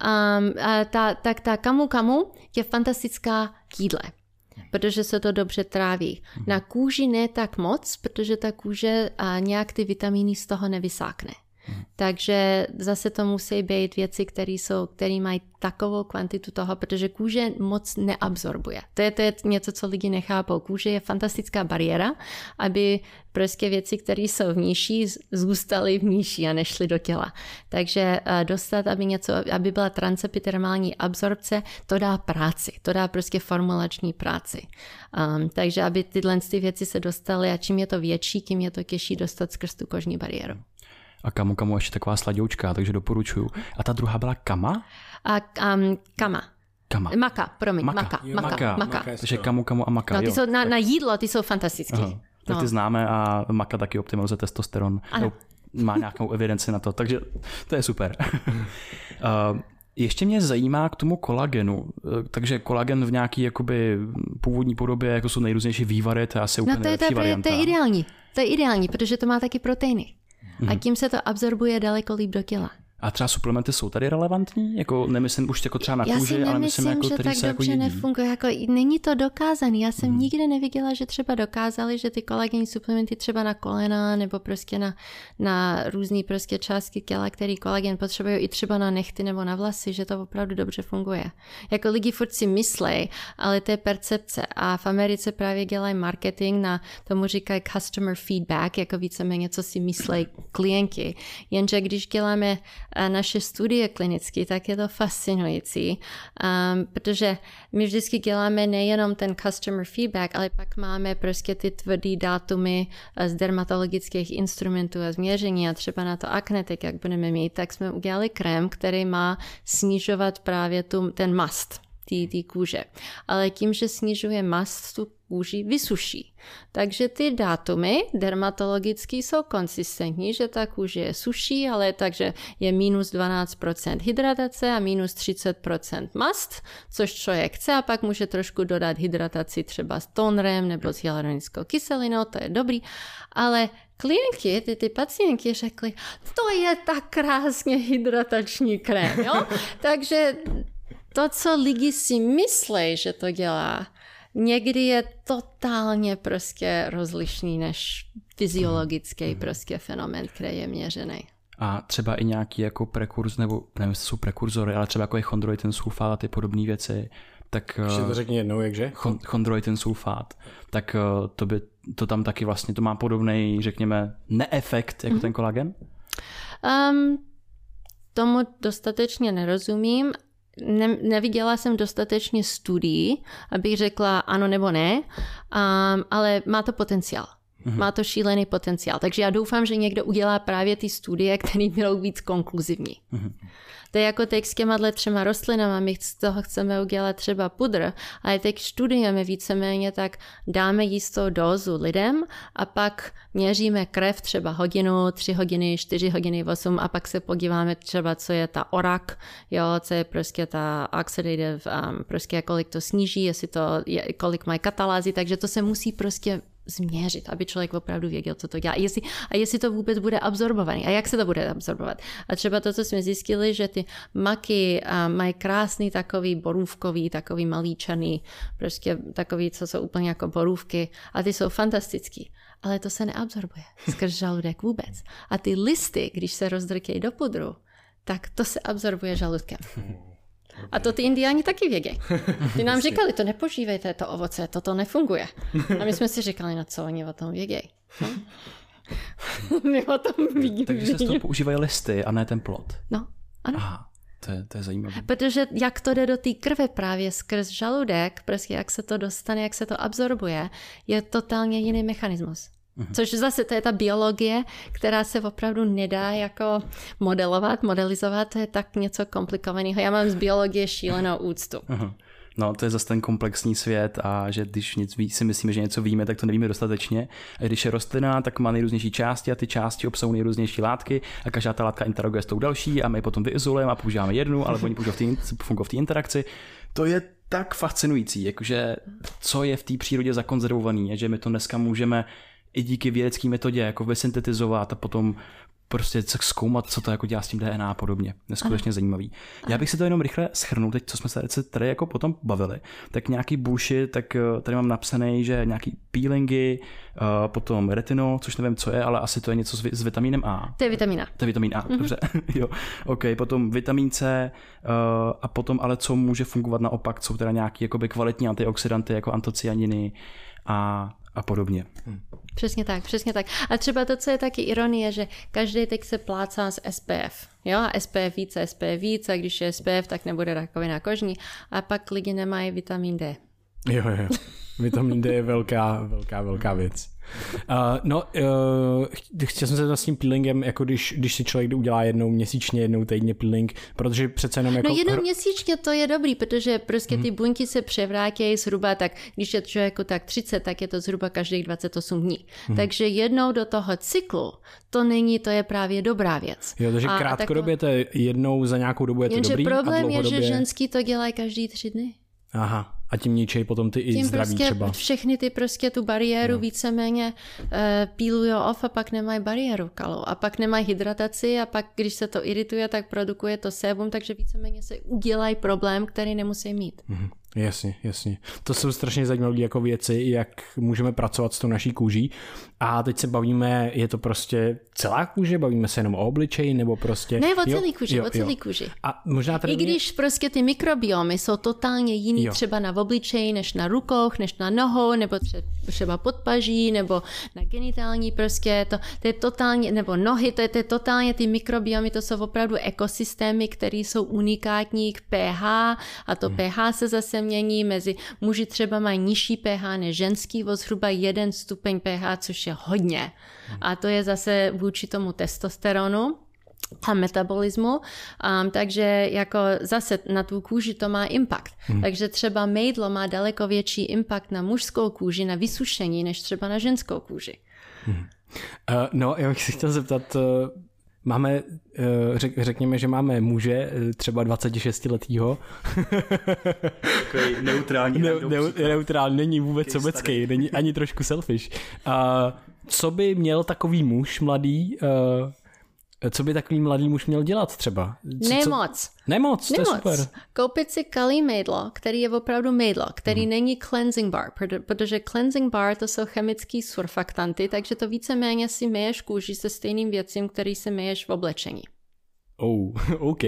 S3: Ta kamu je fantastická k jídle, protože se to dobře tráví. Na kůži ne tak moc, protože ta kůže nějak ty vitamíny z toho nevysákne. Takže zase to musí být věci, které mají takovou kvantitu toho, protože kůže moc neabsorbuje. To je něco, co lidi nechápou. Kůže je fantastická bariéra, aby prostě věci, které jsou vnější, zůstaly vnější a nešly do těla. Takže dostat, aby byla transepidermální absorpce, to dá práci. To dá prostě formulační práci. Takže aby tyhle věci se dostaly a čím je to větší, tím je to těžší dostat skrz tu kožní bariéru.
S2: A kamu ještě taková sladoučka, takže doporučuju. A ta druhá byla kama?
S3: Kama. Maka.
S2: Takže kamu a maka.
S3: No, ty jsou na jídlo, ty jsou fantastické.
S2: Tak ty známe a maka taky optimalizuje testosteron. Má nějakou evidenci na to, takže to je super. Ještě mě zajímá k tomu kolagenu. Takže kolagen v nějaký jakoby původní podobě, jako jsou nejrůznější vývary, to je asi úplně lepší varianta.
S3: To je ideální. To je ideální, protože to má taky proteiny. A tím se to absorbuje daleko líp do těla.
S2: A třeba suplementy jsou tady relevantní? Jako nemyslím už jako třeba na kůži, ale myslím jako který se jako jedí.
S3: Nefunguje. Jako, není to dokázané. Já jsem nikdy neviděla, že třeba dokázali, že ty kolagenní suplementy třeba na kolena nebo prostě na různý prostě části těla, který kolagen potřebují i třeba na nehty nebo na vlasy, že to opravdu dobře funguje. Jako lidi furt si myslej, ale to je percepce. A v Americe právě dělají marketing, na tomu říkají customer feedback, jako víceméně, co si myslej klienti. Jenže když děláme naše studie klinické, tak je to fascinující, protože my vždycky děláme nejenom ten customer feedback, ale pak máme prostě ty tvrdý dátumy z dermatologických instrumentů a změření a třeba na to aknetik, jak budeme mít, tak jsme udělali krém, který má snižovat právě ten mast té kůže. Ale tím, že snižuje mast, tu kůži vysuší. Takže ty dátumy dermatologické jsou konsistentní, že ta kůže je suší, ale takže je minus 12% hydratace a minus 30% mast, což člověk chce a pak může trošku dodat hydrataci třeba s tonrem nebo s hyaluronickou kyselinou, to je dobrý, ale klienti, ty pacienti řekli, to je tak krásně hydratační krém, jo? Takže to, co lidi si myslí, že to dělá, někdy je totálně prostě rozlišný než fyziologický prostě fenomén, který je měřený.
S2: A třeba i nějaký jako prekurzor, nebo nevím, jestli jsou prekurzory, ale třeba jako je chondroitin sulfát a ty podobné věci, tak...
S1: Ještě to řekni jednou, jakže?
S2: Chondroitin sulfát, tak to tam taky vlastně, to má podobný, řekněme, neefekt jako ten kolagen?
S3: Tomu dostatečně nerozumím. Neviděla jsem dostatečně studií, abych řekla ano nebo ne, ale má to potenciál. Má to šílený potenciál. Takže já doufám, že někdo udělá právě ty studie, které budou víc konkluzivní. To je jako teď s těma 3 rostlinama, my z toho chceme udělat třeba pudr, ale teď studujeme víceméně, tak dáme jistou dózu lidem a pak měříme krev třeba hodinu, 3 hodiny, 4 hodiny, 8 a pak se podíváme třeba, co je ta ORAC, jo, co je prostě ta oxidative, prostě kolik to sníží, kolik mají katalázy, takže to se musí prostě změřit, aby člověk opravdu věděl, co to dělá. A jestli to vůbec bude absorbovaný. A jak se to bude absorbovat. A třeba to, co jsme zjistili, že ty maky mají krásný takový borůvkový, takový malíčaný, prostě takový, co jsou úplně jako borůvky. A ty jsou fantastický. Ale to se neabsorbuje skrz žaludek vůbec. A ty listy, když se rozdrtějí do pudru, tak to se absorbuje žaludkem. A to ty Indiáni taky vědějí. Ty nám říkali, to nepožívejte, to ovoce, toto nefunguje. A my jsme si říkali, no co oni o tom vědějí. My o tom vidíme.
S2: Takže se z toho používají listy a ne ten plod.
S3: No, ano.
S2: Aha, to je zajímavé.
S3: Protože jak to jde do té krve právě skrz žaludek, prostě jak se to dostane, jak se to absorbuje, je totálně jiný mechanismus. Což zase to je ta biologie, která se opravdu nedá jako modelizovat, to je tak něco komplikovaného. Já mám z biologie šílenou úctu.
S2: No, to je zase ten komplexní svět a že když si myslíme, že něco víme, tak to nevíme dostatečně. A když je rostlina, tak má nejrůznější části a ty části obsahují nejrůznější látky a každá ta látka interaguje s tou další a my potom vyizolujeme a používáme jednu, ale oni fungují v té interakci. To je tak fascinující, jakože co je v té přírodě zakonzervovaný, že my to dneska můžeme i díky vědecké metodě jako vysyntetizovat a potom prostě zkoumat, co to jako dělá s tím DNA a podobně. Neskutečně zajímavý. Já bych si to jenom rychle shrnul, teď co jsme se tady jako potom bavili, tak nějaký bullshit, tak tady mám napsaný, že nějaký peelingy, potom retinol, což nevím, co je, ale asi to je něco s vitamínem A.
S3: To je vitamin A.
S2: To je vitamin A, dobře. Jo. OK, potom vitamin C a potom ale co může fungovat naopak, jsou teda nějaký jakoby kvalitní antioxidanty jako antocianiny a podobně.
S3: Přesně tak. A třeba to, co je taky ironie, že každý teď se plácá z SPF. Jo, a SPF víc, a když je SPF, tak nebude rakovina kožní. A pak lidi nemají vitamin D.
S1: Jo. Vitamin D je velká věc. Chtěl jsem se s tím peelingem, jako když si člověk udělá jednou měsíčně, jednou týdně peeling, protože přece jenom jako...
S3: No jednou měsíčně to je dobrý, protože prostě ty buňky se převrátějí zhruba tak, když je člověku tak 30, tak je to zhruba každých 28 dní. Takže jednou do toho cyklu, to je právě dobrá věc.
S1: Jo, takže krátkodobě to je jednou za nějakou dobu je to dobrý.
S3: Jenže problém je, že ženský to dělají každý 3 dny.
S1: Aha. A tím ničej potom ty i zdraví
S3: prostě
S1: třeba.
S3: Všechny ty prostě tu bariéru víceméně pílují off a pak nemají bariéru kalou. A pak nemají hydrataci a pak, když se to irituje, tak produkuje to sébum, takže víceméně se udělají problém, který nemusí mít.
S1: Jasně. To jsou strašně zajímavé jako věci, jak můžeme pracovat s tou naší kůží. A teď se bavíme, je to prostě celá kůže, bavíme se jenom o obličeji, nebo prostě...
S3: Ne, o celý kůži, o celý kůži.
S1: A možná tady
S3: I když prostě ty mikrobiomy jsou totálně jiný třeba na obličeji, než na rukou, než na nohou, nebo třeba podpaží, nebo na genitální prostě, to je totálně, nebo nohy, to je totálně ty mikrobiomy, to jsou opravdu ekosystémy, které jsou unikátní k pH a to pH se zase mění, mezi muži třeba mají nižší pH než ženský, o zhruba 1 stupeň pH, což je hodně. A to je zase vůči tomu testosteronu a metabolismu, takže jako zase na tu kůži to má impact. Takže třeba mejdlo má daleko větší impact na mužskou kůži, na vysušení, než třeba na ženskou kůži.
S1: No, já bych si chtěl zeptat, máme, řekněme, že máme muže, třeba 26letýho.
S2: Takový neutrální.
S1: Neutrální, není vůbec sobecký, není ani trošku selfish. Co by měl takový muž mladý, co by takový mladý muž měl dělat třeba? Nemoc, to je super.
S3: Koupit si kalý mejdlo, který je opravdu mejdlo, který není cleansing bar, protože cleansing bar to jsou chemický surfaktanty, takže to víceméně si myješ kůži se stejným věcím, který si myješ v oblečení.
S1: OK.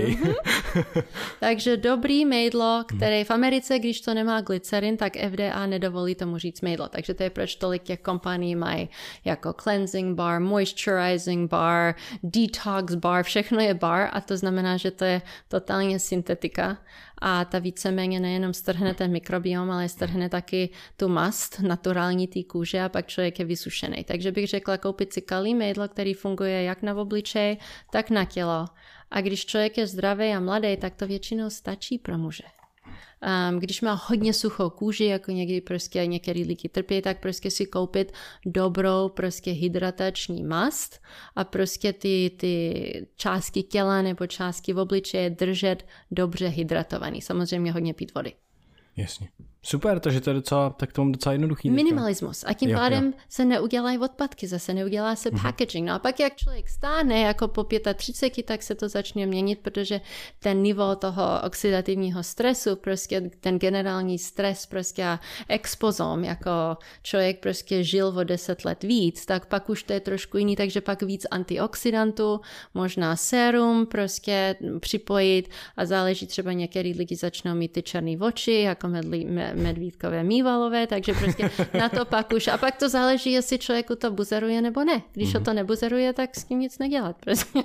S3: Takže dobrý mejdlo, který v Americe, když to nemá glycerin, tak FDA nedovolí tomu říct mejdlo. Takže to je proč tolik těch kompanií mají jako cleansing bar, moisturizing bar, detox bar, všechno je bar a to znamená, že to je totálně syntetika a ta víceméně nejenom strhne ten mikrobiom, ale strhne taky tu mast naturální té kůže a pak člověk je vysušený. Takže bych řekla koupit si kalý mejdlo, který funguje jak na obličej, tak na tělo. A když člověk je zdravý a mladý, tak to většinou stačí pro muže. Když má hodně suchou kůži, jako někdy prostě některý lidi trpí, tak prostě si koupit dobrou prostě hydratační mast a prostě ty části těla nebo části v obličeje držet dobře hydratovaný. Samozřejmě hodně pít vody.
S1: Jasně. Super, takže to je docela, tak to mám docela jednoduchý.
S3: Minimalismus. A tím pádem se neudělají odpadky, zase neudělá se packaging. No a pak jak člověk stáne jako po 35, tak se to začne měnit, protože ten niveau toho oxidativního stresu, prostě ten generální stres prostě a expozom, jako člověk prostě žil o 10 let víc, tak pak už to je trošku jiný, takže pak víc antioxidantů, možná sérum prostě připojit a záleží třeba některý lidi začnou mít ty černé oči, jako medvídkové mývalové, takže prostě na to pak už. A pak to záleží, jestli člověku to buzeruje nebo ne. Když ho to nebuzeruje, tak s tím nic nedělat. Prostě.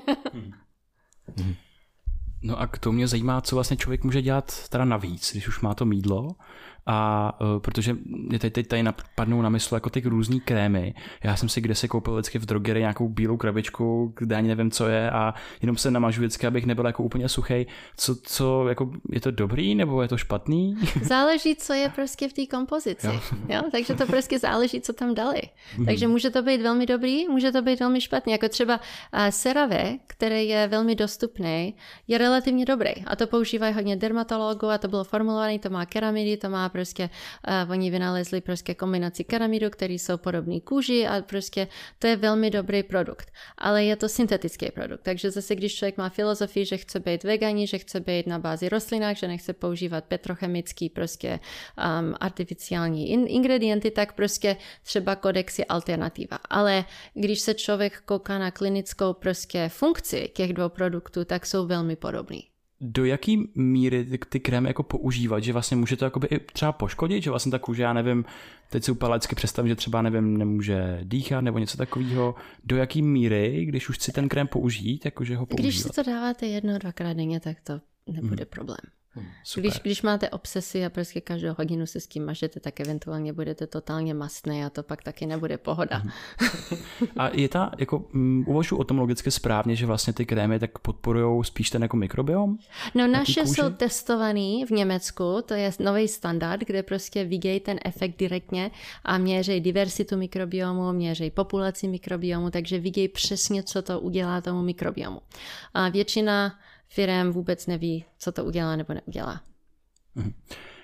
S2: No a k tomu mě zajímá, co vlastně člověk může dělat teda navíc, když už má to mýdlo. A protože mě teď tady napadnou na mysl jako ty různý krémy. Já jsem si kdesi koupil vždycky v drogerii nějakou bílou krabičku, kde ani nevím, co je a jenom se namažu vždycky, abych nebyl jako úplně suchej. Co jako, je to dobrý nebo je to špatný?
S3: Záleží, co je prostě v té kompozici. Jo? Takže to prostě záleží, co tam dali. Takže může to být velmi dobrý, může to být velmi špatný. Jako třeba CeraVe, který je velmi dostupný, je relativně dobrý. A to používají hodně dermatologů a to bylo formulované, to má keramidy, to má prostě oni vynalezli prostě kombinaci keramidu, které jsou podobné kůži a prostě to je velmi dobrý produkt. Ale je to syntetický produkt. Takže zase, když člověk má filozofii, že chce být veganí, že chce být na bázi rostlinách, že nechce používat petrochemický prostě artificiální ingredienty, tak prostě třeba Codex je alternativa. Ale když se člověk kouká na klinickou prostě funkci těch dvou produktů, tak jsou velmi podobný.
S2: Do jaký míry ty krémy jako používat, že vlastně může to jakoby i třeba poškodit, že vlastně ta kůže, já nevím, teď si úplně lidsky představím, že třeba nevím, nemůže dýchat nebo něco takového. Do jaký míry, když už chci ten krém použít, jakože ho používat?
S3: Když si to dáváte 1-2krát denně, tak to nebude problém. Když máte obsesy a prostě každou hodinu se s tím mažete, tak eventuálně budete totálně mastný a to pak taky nebude pohoda.
S2: A je ta, jako uvažuji o tom logicky správně, že vlastně ty krémy tak podporujou spíš ten jako mikrobiom?
S3: No naše jsou testovaný v Německu, to je nový standard, kde prostě vidějí ten efekt direktně a měří diversitu mikrobiomu, měří populaci mikrobiomu, takže vidějí přesně, co to udělá tomu mikrobiomu. A většina firem vůbec neví, co to udělá nebo neudělá.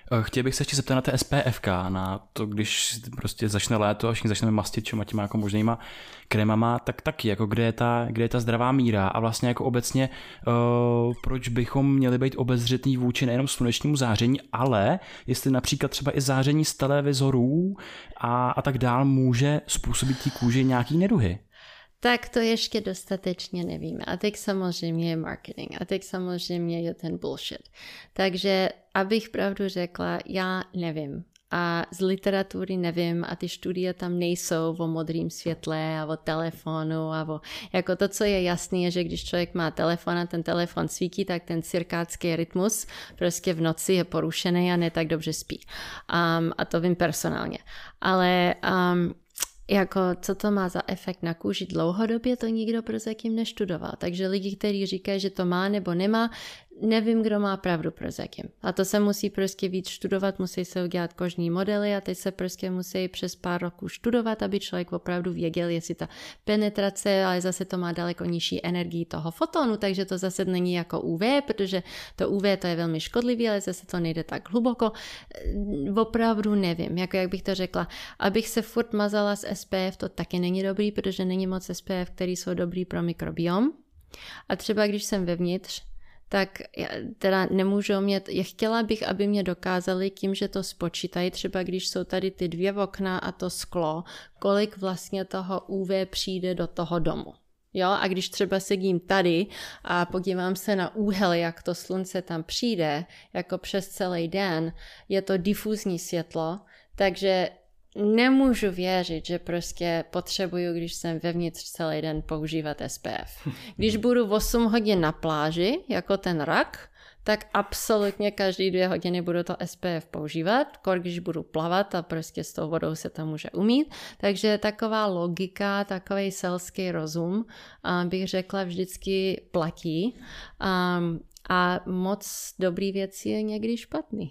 S2: Chtěl bych se ještě zeptat na té SPFK, na to, když prostě začne léto a všichni začneme mastit těma jako možnýma krémama, tak taky, jako kde je ta zdravá míra a vlastně jako obecně proč bychom měli být obezřetní vůči nejenom slunečnímu záření, ale jestli například třeba i záření z televizorů a tak dál může způsobit té kůži nějaký neduhy.
S3: Tak to ještě dostatečně nevíme. A teď samozřejmě je marketing. A teď samozřejmě je ten bullshit. Takže, abych pravdu řekla, já nevím. A z literatury nevím a ty studie tam nejsou o modrým světle a o telefonu a o... Jako to, co je jasné, je, že když člověk má telefon a ten telefon svítí, tak ten cirkádský rytmus prostě v noci je porušený a ne tak dobře spí. A to vím personálně. Ale... jako co to má za efekt na kůži dlouhodobě, to nikdo prozatím neštudoval. Takže lidi, kteří říkají, že to má nebo nemá, nevím, kdo má pravdu prozatím. A to se musí prostě víc studovat, musí se udělat kožní modely a teď se prostě musí přes pár roků studovat, aby člověk opravdu věděl, jestli ta penetrace, ale zase to má daleko nižší energii toho fotonu, takže to zase není jako UV, protože to UV to je velmi škodlivý, ale zase to nejde tak hluboko. Opravdu nevím, jako jak bych to řekla. Abych se furt mazala s SPF, to taky není dobrý, protože není moc SPF, který jsou dobrý pro mikrobiom. A třeba když jsem vevnitř, tak teda nemůžou mít, chtěla bych, aby mě dokázali tím, že to spočítají, třeba když jsou tady ty 2 okna a to sklo, kolik vlastně toho UV přijde do toho domu. Jo, a když třeba sedím tady a podívám se na úhel, jak to slunce tam přijde, jako přes celý den, je to difuzní světlo, takže nemůžu věřit, že prostě potřebuju, když jsem vevnitř celý den, používat SPF. Když budu 8 hodin na pláži, jako ten rak, tak absolutně každý 2 hodiny budu to SPF používat, když budu plavat a prostě s tou vodou se to může umýt. Takže taková logika, takový selský rozum, bych řekla, vždycky platí. A moc dobrý věcí je někdy špatný.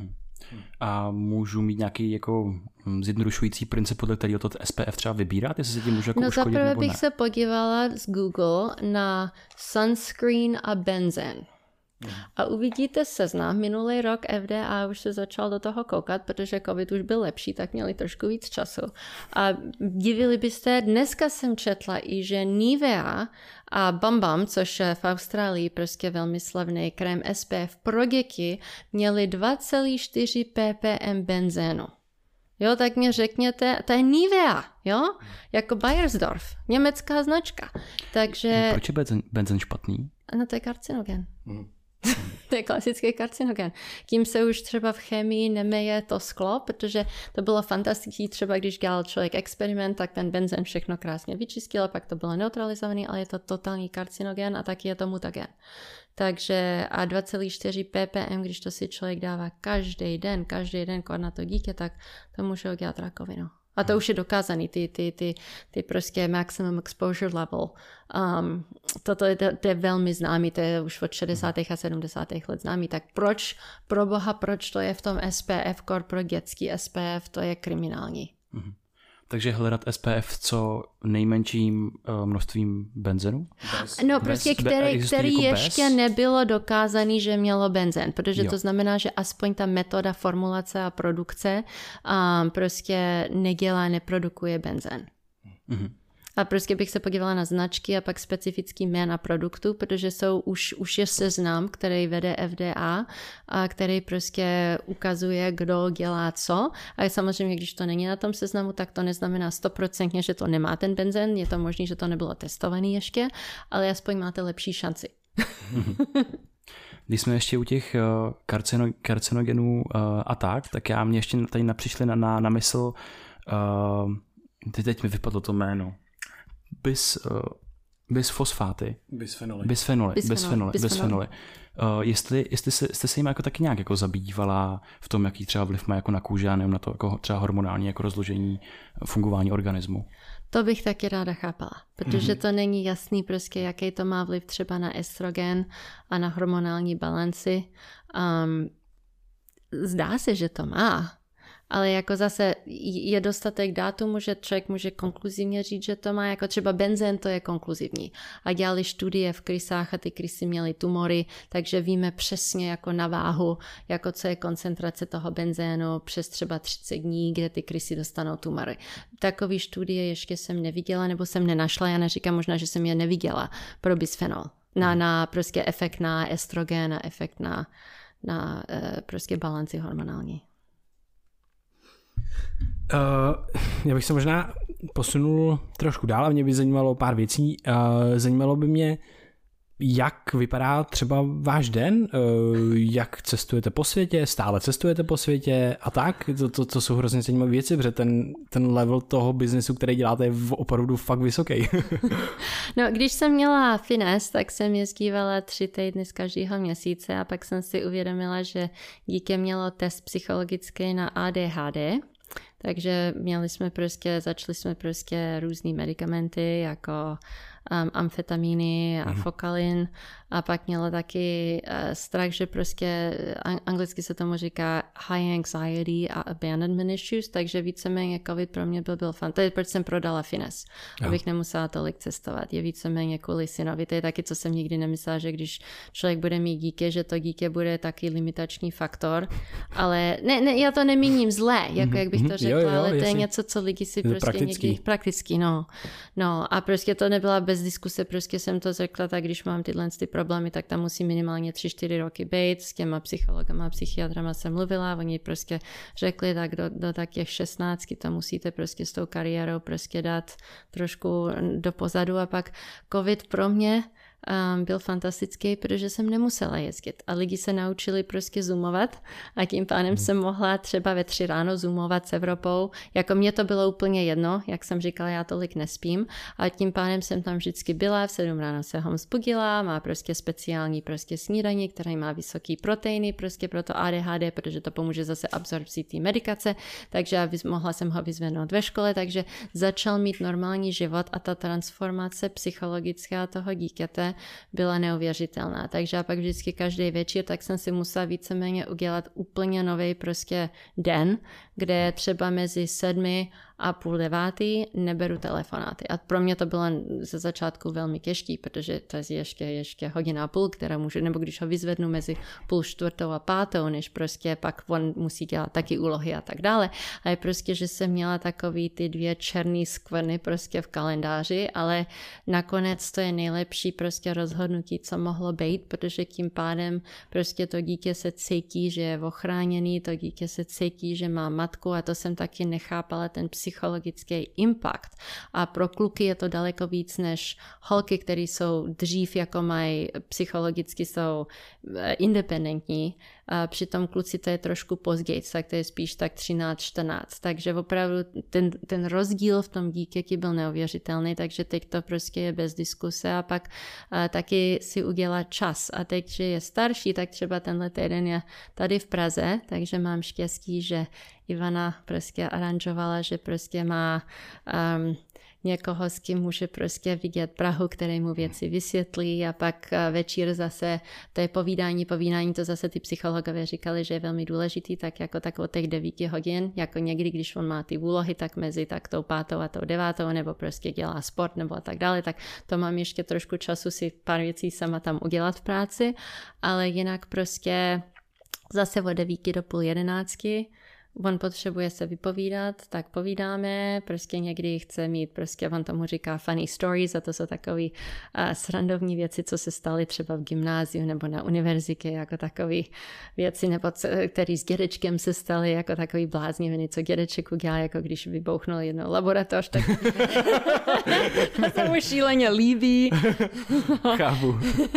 S2: A můžu mít nějaký jako zjednodušující princip, podle kterého to SPF třeba vybírat, jestli se tím můžu jako uškodit
S3: zaprvé
S2: nebo ne?
S3: bych se podívala z Google na sunscreen a benzén. A uvidíte seznam. Minulý rok FDA už se začal do toho koukat, protože COVID už byl lepší, tak měli trošku víc času. A divili byste, dneska jsem četla i, že Nivea a Bam Bam, což je v Austrálii prostě velmi slavný krém SPF pro děti, měli 2,4 ppm benzénu. Jo, tak mě řekněte, to je Nivea, jo? Jako Bayersdorf, německá značka. Takže...
S2: Proč je benzén špatný?
S3: No to je karcinogen. To je klasický karcinogen. Tím se už třeba v chemii nemeje to sklo, protože to bylo fantastické, třeba když dělal člověk experiment, tak ten benzén všechno krásně vyčistil, pak to bylo neutralizovaný, ale je to totální karcinogen a taky je to mutagen. Takže a 2,4 ppm, když to si člověk dává každý den na to dítě, tak to může udělat rakovinu. A to už je dokázaný, ty prostě maximum exposure level. To je velmi známý, to je už od 60. a 70. let známý. Tak proč, pro boha, proč to je v tom SPF, pro dětský SPF, to je kriminální.
S2: Takže hledat SPF co nejmenším množstvím benzenu?
S3: No prostě, který jako ještě nebylo dokázaný, že mělo benzén, protože to znamená, že aspoň ta metoda formulace a produkce prostě neprodukuje benzén. A prostě bych se podívala na značky a pak specifický jména produktů, protože už je seznam, který vede FDA a který prostě ukazuje, kdo dělá co. A samozřejmě, když to není na tom seznamu, tak to neznamená 100%, že to nemá ten benzén. Je to možné, že to nebylo testovaný ještě, ale aspoň máte lepší šanci.
S2: Když jsme ještě u těch karcinogenů a tak já mě ještě tady napřišli na mysl, teď mi vypadlo to jméno. Bisfosfáty. Bisfenoly. Jestli jste se jim jako taky nějak jako zabývala v tom, jaký třeba vliv má jako na kůži a nevím na to jako třeba hormonální jako rozložení fungování organismu.
S3: To bych taky ráda chápala, protože to není jasný prostě, jaký to má vliv třeba na estrogen a na hormonální balanci. Zdá se, že to má, ale jako zase je dostatek dátumu, že člověk může konkluzivně říct, že to má, jako třeba benzén, to je konkluzivní. A dělali studie v krysách a ty krysy měly tumory, takže víme přesně jako na váhu, jako co je koncentrace toho benzénu přes třeba 30 dní, kde ty krysy dostanou tumory. Takový studie ještě jsem neviděla, nebo jsem nenašla, já neříkám možná, že jsem je neviděla pro bisfenol. Na prostě efekt na estrogen a efekt na prostě balanci hormonální.
S1: Já bych se možná posunul trošku dál a mě by zajímalo pár věcí. Zajímalo by mě, jak vypadá třeba váš den, jak cestujete po světě, stále cestujete po světě a tak. To jsou hrozně zajímavé věci, protože ten level toho biznesu, který děláte, je opravdu fakt vysoký.
S3: No, když jsem měla Finesse, tak jsem jezdívala 3 týdny z každého měsíce a pak jsem si uvědomila, že díky mělo test psychologický na ADHD. Takže začali jsme různý medikamenty jako amfetamíny a fokalin a pak měla taky strach, že anglicky se tomu říká high anxiety a abandonment issues, takže víceméně COVID pro mě byl fun. To je, proč jsem prodala Finesse, abych nemusela tolik cestovat. Je víceméně kvůli synovi. To je taky, co jsem nikdy nemyslela, že když člověk bude mít dítě, že to dítě bude taky limitační faktor, ale ne, já to nemíním zlé, jako jak bych to řekla, ale to je něco, co lidi si někdy prakticky, no a to nebyla bez diskuse, jsem to řekla, tak když mám tyhle problémy, tak tam musí minimálně 3-4 roky být, s těma psychologama a psychiatrama jsem mluvila, oni řekli, tak do těch 16 to musíte s tou kariérou dát trošku do pozadu a pak COVID pro mě byl fantastický, protože jsem nemusela jezdit a lidi se naučili zoomovat a tím pádem jsem mohla třeba ve 3 ráno zoomovat s Evropou. Jako mě to bylo úplně jedno, jak jsem říkala, já tolik nespím a tím pádem jsem tam vždycky byla, v 7 ráno se ho vzbudila, má speciální snídaní, která má vysoký proteiny pro to ADHD, protože to pomůže zase absorpci té medikace, takže mohla jsem ho vyzvednout ve škole, takže začal mít normální život a ta transformace psychologická toho dítěte byla neuvěřitelná. Takže a pak vždycky každý večer, tak jsem si musela víceméně udělat úplně nový den, kde třeba mezi 7 a 8:30 neberu telefonáty. A pro mě to bylo ze začátku velmi těžký, protože to je ještě hodina a půl, která může, nebo když ho vyzvednu mezi 3:30 a 5, než pak on musí dělat taky úlohy a tak dále. A je že jsem měla takový ty 2 černý skvrny v kalendáři, ale nakonec to je nejlepší rozhodnutí, co mohlo být, protože tím pádem to dítě se cítí, že je ochráněný, to dítě se cítí, že má matku a to jsem taky nechápala, ten psychologický impact. A pro kluky je to daleko víc než holky, které jsou dřív, jako mají psychologicky, jsou independentní. A přitom kluci to je trošku později, tak to je spíš tak 13-14. Takže opravdu ten rozdíl v tom dítěti byl neuvěřitelný, takže teď to je bez diskuse a pak taky si udělat čas. A teď, že je starší, tak třeba tenhle týden je tady v Praze, takže mám štěstí, že Ivana aranžovala, že má někoho, s kým může vidět Prahu, který mu věci vysvětlí a pak večír zase, to je povídání, to zase ty psychologové říkali, že je velmi důležitý, tak jako od těch 9 hodin, jako někdy, když on má ty úlohy, tak mezi tou 5 a tou 9, nebo dělá sport, nebo a tak dále, tak to mám ještě trošku času si pár věcí sama tam udělat v práci, ale jinak zase od 9 do 10:30 on potřebuje se vypovídat, tak povídáme, někdy chce mít, on tomu říká funny stories a to jsou takový srandovní věci, co se staly třeba v gymnáziu nebo na univerzitě, jako takový věci, nebo který s dědečkem se staly, jako takový blázniviny, co dědeček udělal, jako když vybouchnul jednou laboratoř, tak to se mu šíleně líbí.
S1: Chápu.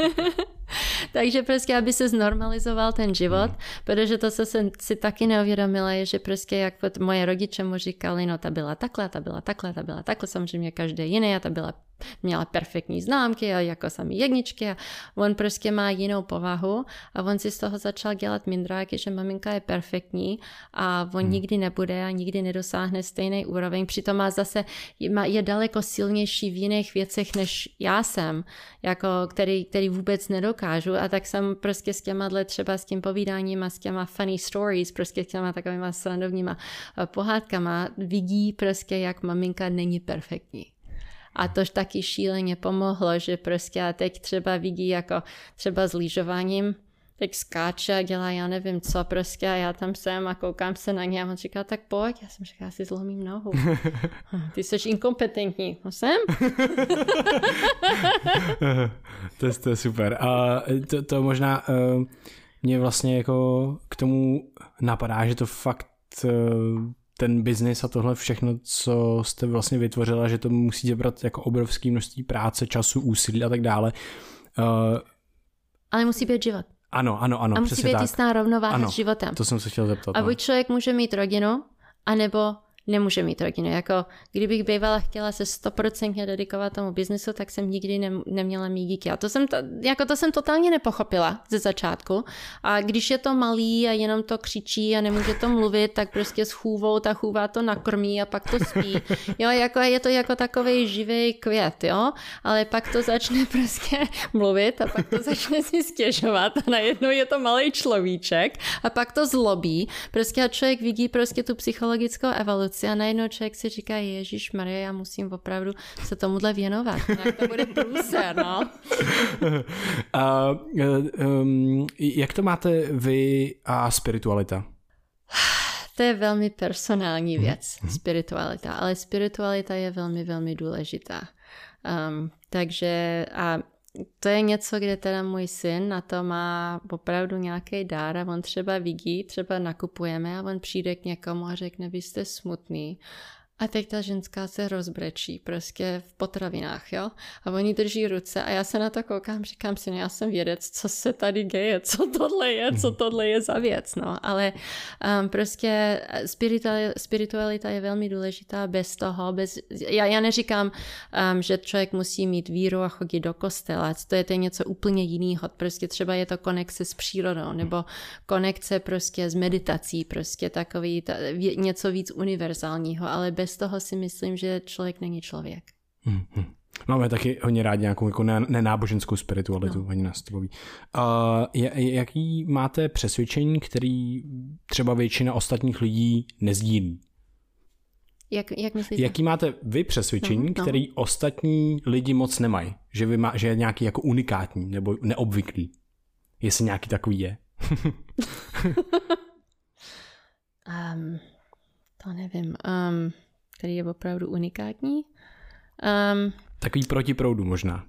S3: Takže aby se znormalizoval ten život, protože to, co jsem si taky neuvědomila, je, že jak moje rodiče mu říkali, no ta byla takhle, samozřejmě každý jiný a měla perfektní známky a jako samý jedničky a on má jinou povahu a on si z toho začal dělat mindráky, že maminka je perfektní a on nikdy nebude a nikdy nedosáhne stejný úroveň, přitom je daleko silnější v jiných věcech, než já jsem, jako který vůbec nedokážu a tak jsem prostě s těma třeba s tím povídáním a s těma funny stories, prostě s těma takovýma srandovníma pohádkama vidí prostě, jak maminka není perfektní. A tož taky šíleně pomohlo, že prostě a teď třeba vidí jako třeba s lyžováním, teď skáče a dělá já nevím co prostě a já tam jsem a koukám se na ně a on říká, tak pojď. Já jsem říkala, já si zlomím nohu. Ty jsi inkompetentní. No jsem.
S1: To je super. A to možná mě vlastně jako k tomu napadá, že to fakt ten biznis a tohle všechno, co jste vlastně vytvořila, že to musíte brát jako obrovské množství práce, času, úsilí a tak dále.
S3: Ale musí být život.
S1: Ano,
S3: a musí být jistá rovnováha s životem.
S1: To jsem se chtěl zeptat.
S3: A buď člověk může mít rodinu, anebo nemůže mít rodinu. Jako kdybych bývala chtěla se 100% dedikovat tomu biznesu, tak jsem nikdy neměla mít díky. A to jsem totálně nepochopila ze začátku. A když je to malý a jenom to křičí a nemůže to mluvit, tak prostě s chůvou, ta chůva to nakrmí a pak to spí. Jo, jako je to jako takovej živý květ, jo? Ale pak to začne prostě mluvit a pak to začne si stěžovat a najednou je to malý človíček a pak to zlobí. Prostě a člověk vidí prostě tu psychologickou evoluci a najednou člověk si říká, Ježišmarja, já musím opravdu se tomuhle věnovat. Jak to bude průser, no?
S1: Jak to máte vy a spiritualita?
S3: To je velmi personální věc, spiritualita, ale spiritualita je velmi, velmi důležitá. Takže a to je něco, kde teda můj syn na to má opravdu nějaký dár a on třeba vidí, třeba nakupujeme a on přijde k někomu a řekne, vy jste smutný. A teď ta ženská se rozbrečí prostě v potravinách, jo? A oni drží ruce a já se na to koukám, říkám si, no já jsem vědec, co se tady děje, co tohle je za věc, no. Ale prostě spiritualita je velmi důležitá, bez toho, já neříkám, že člověk musí mít víru a chodit do kostela, to je něco úplně jiného, prostě třeba je to konekce s přírodou, nebo konekce prostě s meditací, prostě takový, něco víc univerzálního, ale bez toho si myslím, že člověk není člověk.
S1: Máme taky hodně rádi nějakou jako nenáboženskou spiritualitu, ani nás to baví. Jaký máte přesvědčení, který třeba většina ostatních lidí nezdílí?
S3: Jak myslíte?
S1: Jaký máte vy přesvědčení, který ostatní lidi moc nemají? Že je nějaký jako unikátní nebo neobvyklý? Jestli nějaký takový je?
S3: To nevím. Který je opravdu unikátní.
S1: Takový proti proudu možná.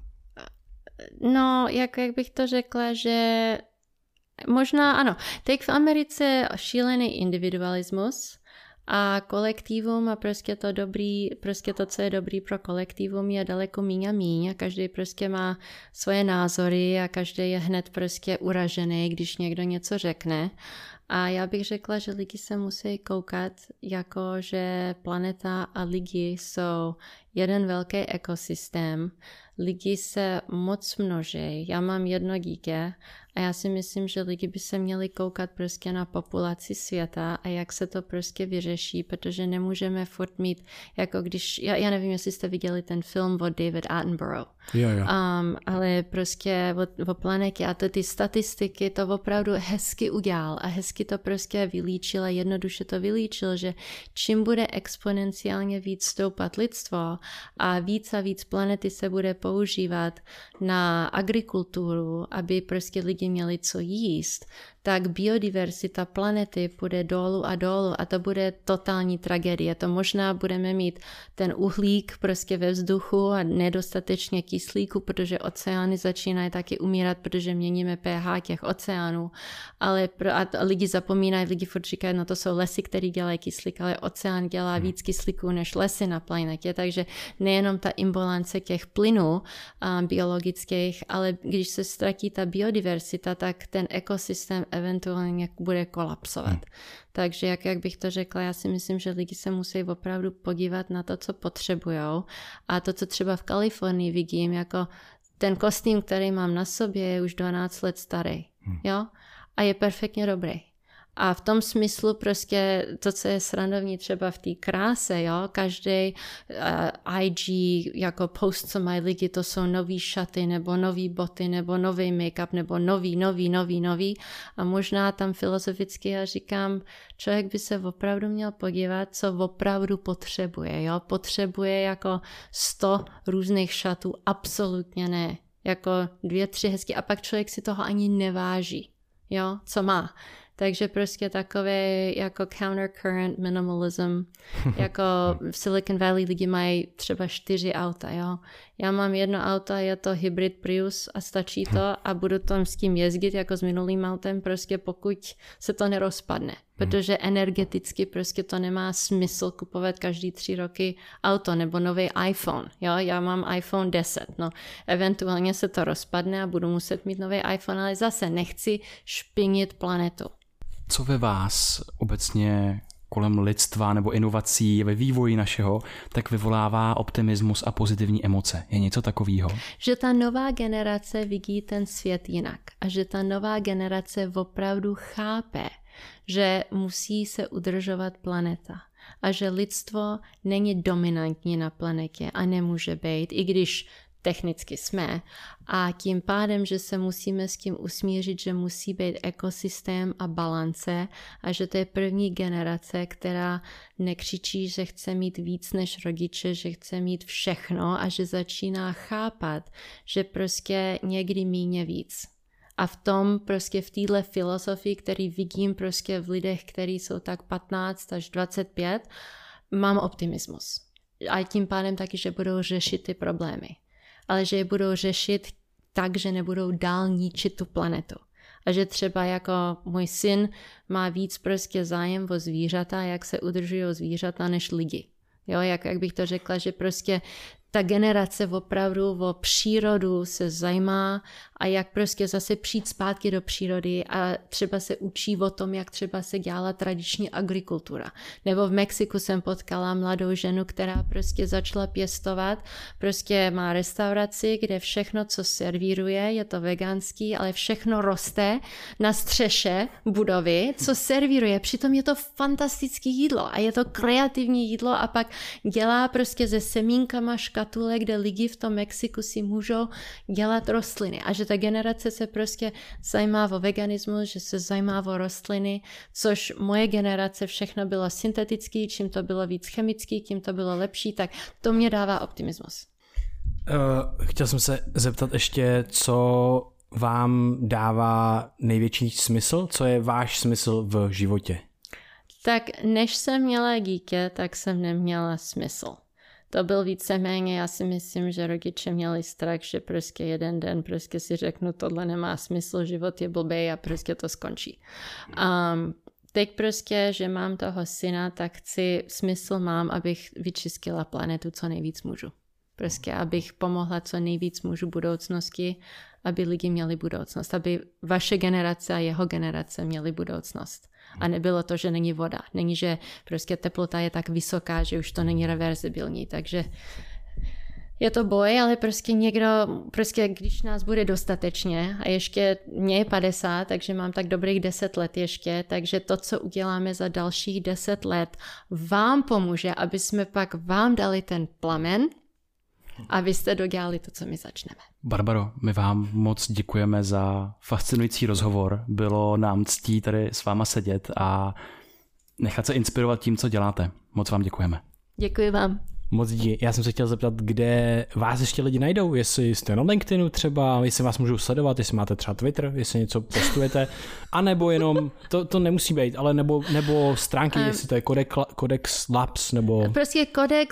S3: No, jak bych to řekla, že možná ano. Teď v Americe šílený individualismus a kolektivum a prostě to, co je dobrý pro kolektivum, je daleko míň a míň a každý prostě má svoje názory a každý je hned prostě uražený, když někdo něco řekne. A já bych řekla, že lidi se musí koukat jako, že planeta a lidi jsou jeden velký ekosystém. Lidi se moc množí. Já mám jedno dítě a já si myslím, že lidi by se měli koukat prostě na populaci světa a jak se to prostě vyřeší, protože nemůžeme furt mít, jako když, já nevím, jestli jste viděli ten film od David Attenborough, ale prostě o planetě a to ty statistiky to opravdu hezky udělal a hezky to prostě vylíčil a jednoduše to vylíčil, že čím bude exponenciálně víc stoupat lidstvo a víc planety se bude používat na agrikulturu, aby prostě lidi měli co jíst, tak biodiverzita planety půjde dolů a to bude totální tragédie. To možná budeme mít ten uhlík prostě ve vzduchu a nedostatečně kyslíku, protože oceány začínají taky umírat, protože měníme pH těch oceánů. Ale lidi zapomínají, lidi furt říkají, no to jsou lesy, které dělají kyslík, ale oceán dělá víc kyslíku než lesy na planetě, takže nejenom ta imbalance těch plynů biologických, ale když se ztratí ta biodiverzita, tak ten ekosystém eventuálně bude kolapsovat. Takže jak bych to řekla, já si myslím, že lidi se musí opravdu podívat na to, co potřebujou a to, co třeba v Kalifornii vidím, jako ten kostým, který mám na sobě, je už 12 let starý. Jo? A je perfektně dobrý. A v tom smyslu prostě to, co je srandovní třeba v té kráse, jo, každý IG jako post, co mají lidi, to jsou nový šaty, nebo nový boty, nebo nový make-up, nebo nový. A možná tam filozoficky já říkám, člověk by se opravdu měl podívat, co opravdu potřebuje, jo. Potřebuje jako 100 různých šatů, absolutně ne. Jako 2-3 hezky a pak člověk si toho ani neváží, jo, co má. Takže prostě takové jako countercurrent minimalism, jako v Silicon Valley lidi mají třeba 4 auta, jo. Já mám 1 auto, je to hybrid Prius a stačí to a budu tam s tím jezdit jako s minulým autem, prostě pokud se to nerozpadne. Protože energeticky prostě to nemá smysl kupovat každý 3 roky auto nebo nový iPhone, jo. Já mám iPhone 10, no. Eventuálně se to rozpadne a budu muset mít nový iPhone, ale zase nechci špinit planetu.
S2: Co ve vás obecně kolem lidstva nebo inovací ve vývoji našeho, tak vyvolává optimismus a pozitivní emoce? Je něco takového?
S3: Že ta nová generace vidí ten svět jinak a že ta nová generace opravdu chápe, že musí se udržovat planeta a že lidstvo není dominantní na planetě a nemůže být, i když technicky jsme, a tím pádem, že se musíme s tím usmířit, že musí být ekosystém a balance a že to je první generace, která nekřičí, že chce mít víc než rodiče, že chce mít všechno a že začíná chápat, že prostě někdy míně víc. A v tom prostě v téhle filozofii, který vidím prostě v lidech, kteří jsou tak 15 až 25, mám optimismus. A tím pádem taky, že budou řešit ty problémy. Ale že je budou řešit tak, že nebudou dál ničit tu planetu. A že třeba jako můj syn má víc prostě zájem o zvířata, jak se udržují zvířata, než lidi. Jo, jak bych to řekla, že prostě ta generace opravdu o přírodu se zajímá a jak prostě zase přijít zpátky do přírody a třeba se učí o tom, jak třeba se dělala tradiční agrikultura. Nebo v Mexiku jsem potkala mladou ženu, která prostě začala pěstovat, prostě má restauraci, kde všechno, co servíruje, je to veganský, ale všechno roste na střeše budovy, co servíruje. Přitom je to fantastické jídlo a je to kreativní jídlo a pak dělá prostě se semínkama škatule, kde lidi v tom Mexiku si můžou dělat rostliny a že ta generace se prostě zajímá o veganismus, že se zajímá o rostliny, což moje generace všechno bylo syntetický, čím to bylo víc chemický, tím to bylo lepší, tak to mě dává optimismus.
S1: Chtěl jsem se zeptat ještě, co vám dává největší smysl, co je váš smysl v životě?
S3: Tak než jsem měla dítě, tak jsem neměla smysl. To byl víceméně, já si myslím, že rodiče měli strach, že prostě jeden den prostě si řeknu, tohle nemá smysl, život je blbej a prostě to skončí. Teď prostě, že mám toho syna, tak smysl mám, abych vyčistila planetu co nejvíc můžu. Prostě, abych pomohla co nejvíc můžu budoucnosti, aby lidi měli budoucnost, aby vaše generace a jeho generace měli budoucnost. A nebylo to, že není voda. Není, že prostě teplota je tak vysoká, že už to není reverzibilní. Takže je to boj, ale prostě někdo, prostě když nás bude dostatečně a ještě mě je 50, takže mám tak dobrých 10 let ještě, takže to, co uděláme za dalších 10 let, vám pomůže, aby jsme pak vám dali ten plamen, a vy jste dodělali to, co my začneme.
S2: Barbaro, my vám moc děkujeme za fascinující rozhovor. Bylo nám ctí tady s váma sedět a nechat se inspirovat tím, co děláte. Moc vám děkujeme.
S3: Děkuji vám.
S1: Moc díky. Já jsem se chtěl zeptat, kde vás ještě lidi najdou, jestli jste na LinkedInu třeba, jestli vás můžou sledovat, jestli máte třeba Twitter, jestli něco postujete, anebo jenom, to nemusí být, ale nebo stránky, jestli to je Codex Labs, nebo... Prostě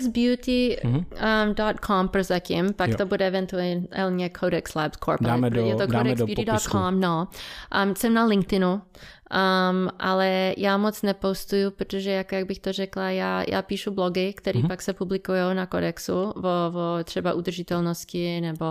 S3: codexbeauty.com prozatím, pak to bude eventuálně Codex Labs Corp. Je to codexbeauty.com, no. Jsem na LinkedInu, ale já moc nepostuju, protože jak bych to řekla, já píšu blogy, které pak se publikují na Codexu o třeba udržitelnosti nebo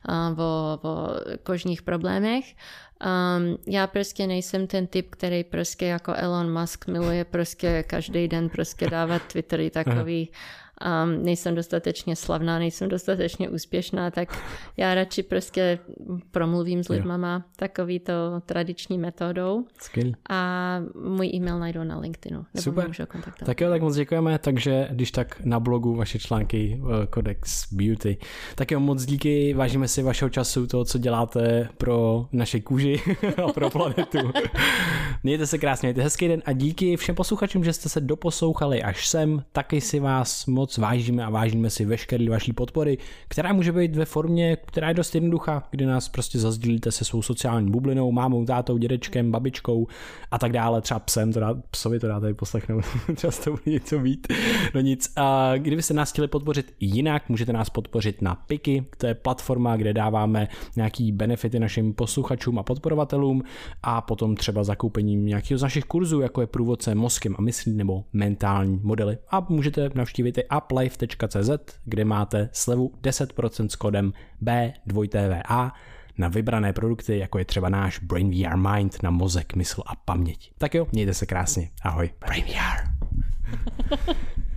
S3: o kožních problémech. Já prostě nejsem ten typ, který prostě jako Elon Musk miluje prostě každý den prostě dávat Twittery takový. nejsem dostatečně slavná, nejsem dostatečně úspěšná, tak já radši prostě promluvím s lidmama takovýto tradiční metodou.
S1: Skvělý.
S3: A můj e-mail najdou na LinkedInu.
S1: Super. Tak jo, tak moc děkujeme, takže když tak na blogu vaše články Codex Beauty. Tak jo, moc díky, vážíme si vašeho času, toho, co děláte pro naše kůži a pro planetu. Mějte se krásně, mějte hezký den a díky všem posluchačům, že jste se doposlouchali až sem. Taky si vás moc vážíme a vážíme si veškeré vaší podpory, která může být ve formě, která je dost jednoduchá, kdy nás prostě zazdílíte se svou sociální bublinou, mámou, tátou, dědečkem, babičkou a tak dále, třeba psem, psovi to dáte poslechnout, často bude něco být, no nic. A kdybyste nás chtěli podpořit jinak, můžete nás podpořit na Piky, to je platforma, kde dáváme nějaký benefity našim posluchačům a podporovatelům a potom třeba zakoupením nějakého z našich kurzů, jako je průvodce mozkem a myslí nebo mentální modely. A můžete navštívit i uplife.cz, kde máte slevu 10% s kódem B2TVA na vybrané produkty, jako je třeba náš Brain VR Mind na mozek, mysl a paměť. Tak jo, mějte se krásně. Ahoj. Brain VR.